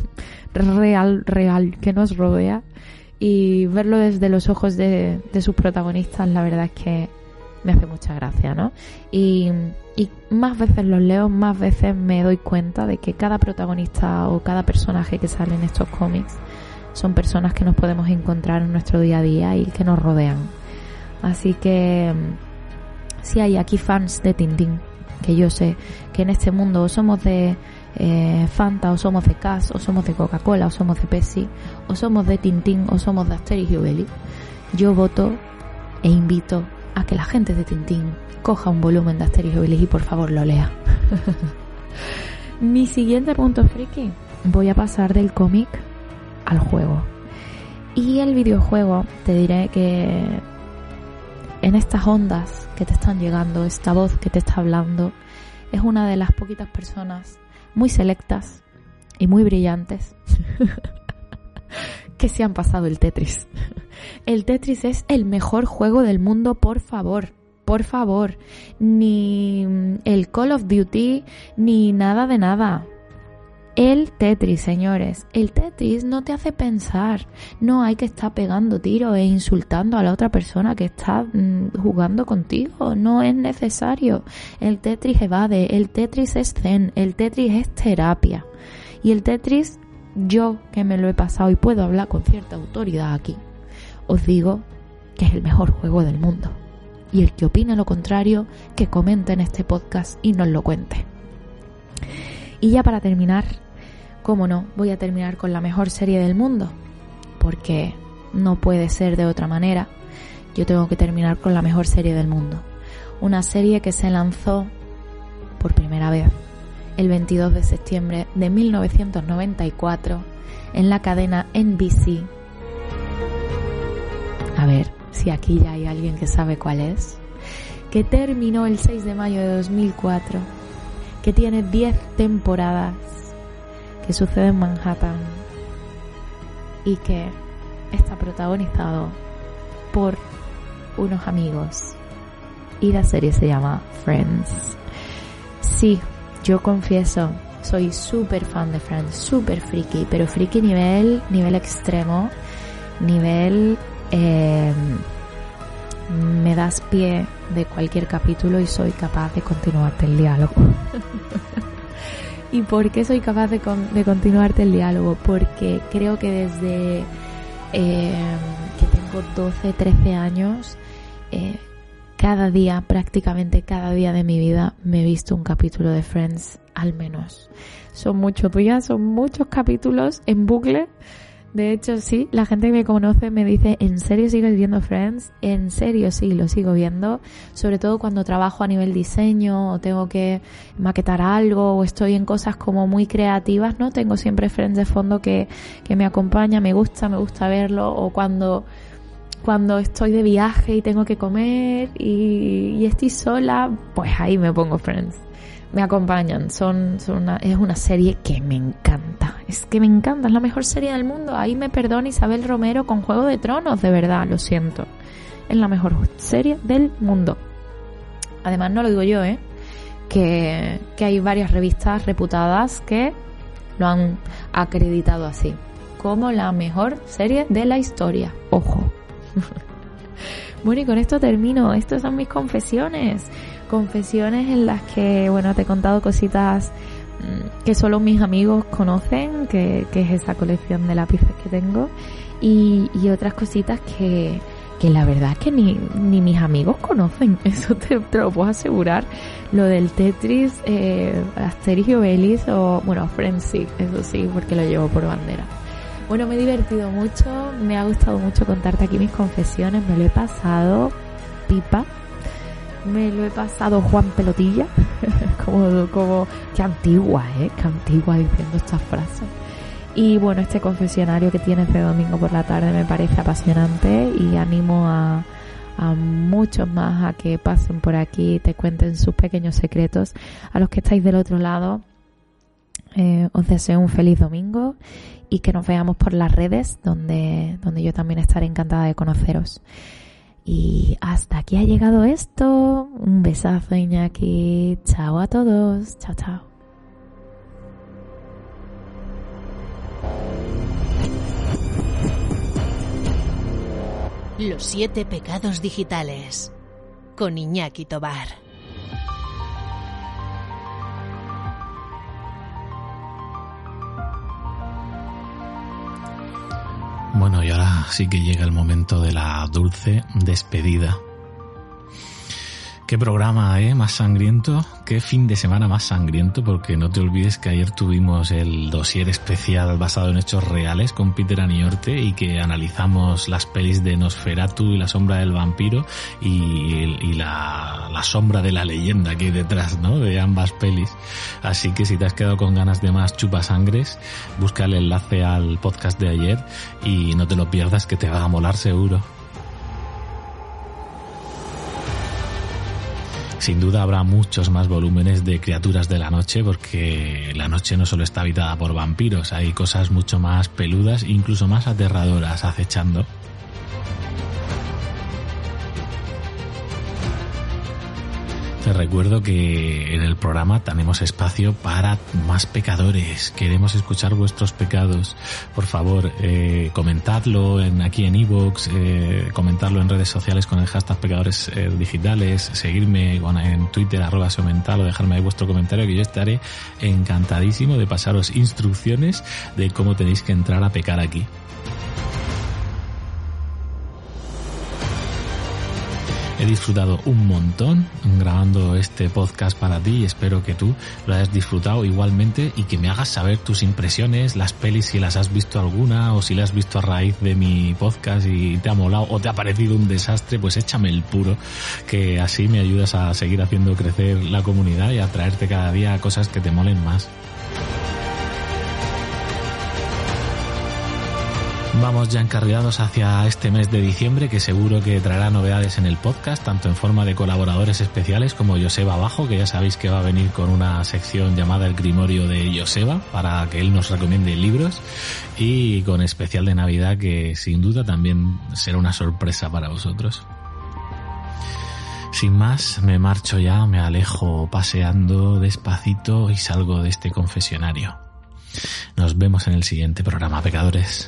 real, real que nos rodea, y verlo desde los ojos de, de sus protagonistas, la verdad es que me hace mucha gracia, ¿no? Y, y más veces los leo, más veces me doy cuenta de que cada protagonista o cada personaje que sale en estos cómics son personas que nos podemos encontrar en nuestro día a día y que nos rodean. Así que si hay aquí fans de Tintín, que yo sé que en este mundo o somos de eh, Fanta, o somos de Cass, o somos de Coca-Cola, o somos de Pepsi, o somos de Tintín, o somos de Asterix y Obelix, yo voto e invito a que la gente de Tintín coja un volumen de Asterix y Obelix y por favor lo lea. Mi siguiente punto friki, voy a pasar del cómic al juego. Y el videojuego, te diré que en estas ondas que te están llegando, esta voz que te está hablando, es una de las poquitas personas muy selectas y muy brillantes que se han pasado el Tetris. El Tetris es el mejor juego del mundo, por favor, por favor. Ni el Call of Duty, ni nada de nada. El Tetris, señores. El Tetris no te hace pensar. No hay que estar pegando tiros e insultando a la otra persona que está mmm, jugando contigo. No es necesario. El Tetris evade. El Tetris es zen. El Tetris es terapia. Y el Tetris, yo que me lo he pasado y puedo hablar con cierta autoridad aquí, os digo que es el mejor juego del mundo. Y el que opine lo contrario, que comente en este podcast y nos lo cuente. Y ya para terminar, cómo no, voy a terminar con la mejor serie del mundo, porque no puede ser de otra manera. Yo tengo que terminar con la mejor serie del mundo. Una serie que se lanzó por primera vez el veintidós de septiembre de mil novecientos noventa y cuatro en la cadena N B C. A ver si aquí ya hay alguien que sabe cuál es. Que terminó el seis de mayo de dos mil cuatro. Que tiene diez temporadas, que sucede en Manhattan y que está protagonizado por unos amigos, y la serie se llama Friends. Sí, yo confieso, soy súper fan de Friends, súper friki, pero friki nivel, nivel extremo, nivel eh, me das pie, de cualquier capítulo y soy capaz de continuarte el diálogo. ¿Y por qué soy capaz de, con, de continuarte el diálogo? Porque creo que desde eh, que tengo doce, trece años, eh, cada día, prácticamente cada día de mi vida, me he visto un capítulo de Friends, al menos. Son muchos, tú ya son muchos capítulos en bucle. De hecho, sí, la gente que me conoce me dice, ¿en serio sigues viendo Friends? En serio, sí, lo sigo viendo. Sobre todo cuando trabajo a nivel diseño o tengo que maquetar algo o estoy en cosas como muy creativas, ¿no? Tengo siempre Friends de fondo que, que me acompaña, me gusta, me gusta verlo. O cuando, cuando estoy de viaje y tengo que comer y, y estoy sola, pues ahí me pongo Friends. Me acompañan, son, son una, es una serie que me encanta, es que me encanta, es la mejor serie del mundo. Ahí me perdona Isabel Romero con Juego de Tronos, de verdad, lo siento, es la mejor serie del mundo. Además no lo digo yo, eh que, que hay varias revistas reputadas que lo han acreditado así, como la mejor serie de la historia, ojo. Bueno, y con esto termino, estas son mis confesiones. Confesiones en las que, bueno, te he contado cositas que solo mis amigos conocen, que, que es esa colección de lápices que tengo, y, y otras cositas que, que la verdad es que ni, ni mis amigos conocen, eso te, te lo puedo asegurar. Lo del Tetris, eh, Asterix y Obelix, o bueno, Friends sí, eso sí, porque lo llevo por bandera. Bueno, me he divertido mucho, me ha gustado mucho contarte aquí mis confesiones, me lo he pasado pipa. Me lo he pasado Juan Pelotilla, como, como, qué antigua, eh, qué antigua diciendo estas frases. Y bueno, este confesionario que tienes de domingo por la tarde me parece apasionante y animo a, a muchos más a que pasen por aquí y te cuenten sus pequeños secretos. A los que estáis del otro lado, eh, os deseo un feliz domingo y que nos veamos por las redes, donde, donde yo también estaré encantada de conoceros. Y hasta aquí ha llegado esto. Un besazo, Iñaki. Chao a todos. Chao, chao. Los siete pecados digitales con Iñaki Tobar. Bueno, y ahora sí que llega el momento de la dulce despedida. Qué programa, ¿eh? Más sangriento, qué fin de semana más sangriento, porque no te olvides que ayer tuvimos el dossier especial basado en hechos reales con Peter Aniorte y que analizamos las pelis de Nosferatu y La sombra del vampiro y, y la, la sombra de la leyenda que hay detrás, ¿no? De ambas pelis. Así que si te has quedado con ganas de más chupasangres, busca el enlace al podcast de ayer y no te lo pierdas, que te va a molar seguro. Sin duda habrá muchos más volúmenes de Criaturas de la Noche, porque la noche no solo está habitada por vampiros, hay cosas mucho más peludas e incluso más aterradoras acechando. Te recuerdo que en el programa tenemos espacio para más pecadores. Queremos escuchar vuestros pecados. Por favor, eh, comentadlo en, aquí en iVoox, eh, comentadlo en redes sociales con el hashtag pecadores eh, digitales, seguirme con, en Twitter, arroba seomental, o dejarme ahí vuestro comentario, que yo estaré encantadísimo de pasaros instrucciones de cómo tenéis que entrar a pecar aquí. He disfrutado un montón grabando este podcast para ti y espero que tú lo hayas disfrutado igualmente y que me hagas saber tus impresiones, las pelis, si las has visto alguna o si las has visto a raíz de mi podcast y te ha molado o te ha parecido un desastre, pues échame el puro, que así me ayudas a seguir haciendo crecer la comunidad y a traerte cada día cosas que te molen más. Vamos ya encarrilados hacia este mes de diciembre, que seguro que traerá novedades en el podcast, tanto en forma de colaboradores especiales como Joseba Bajo, que ya sabéis que va a venir con una sección llamada El Grimorio de Joseba, para que él nos recomiende libros, y con especial de Navidad, que sin duda también será una sorpresa para vosotros. Sin más, me marcho ya, me alejo paseando despacito y salgo de este confesionario. Nos vemos en el siguiente programa, pecadores.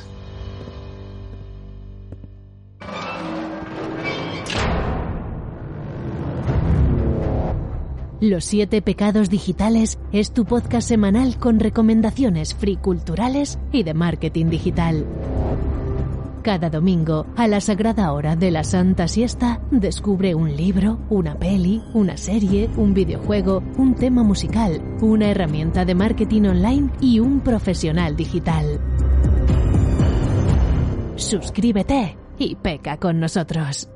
Los siete pecados digitales es tu podcast semanal con recomendaciones free culturales y de marketing digital. Cada domingo, a la sagrada hora de la Santa Siesta, descubre un libro, una peli, una serie, un videojuego, un tema musical, una herramienta de marketing online y un profesional digital. Suscríbete y peca con nosotros.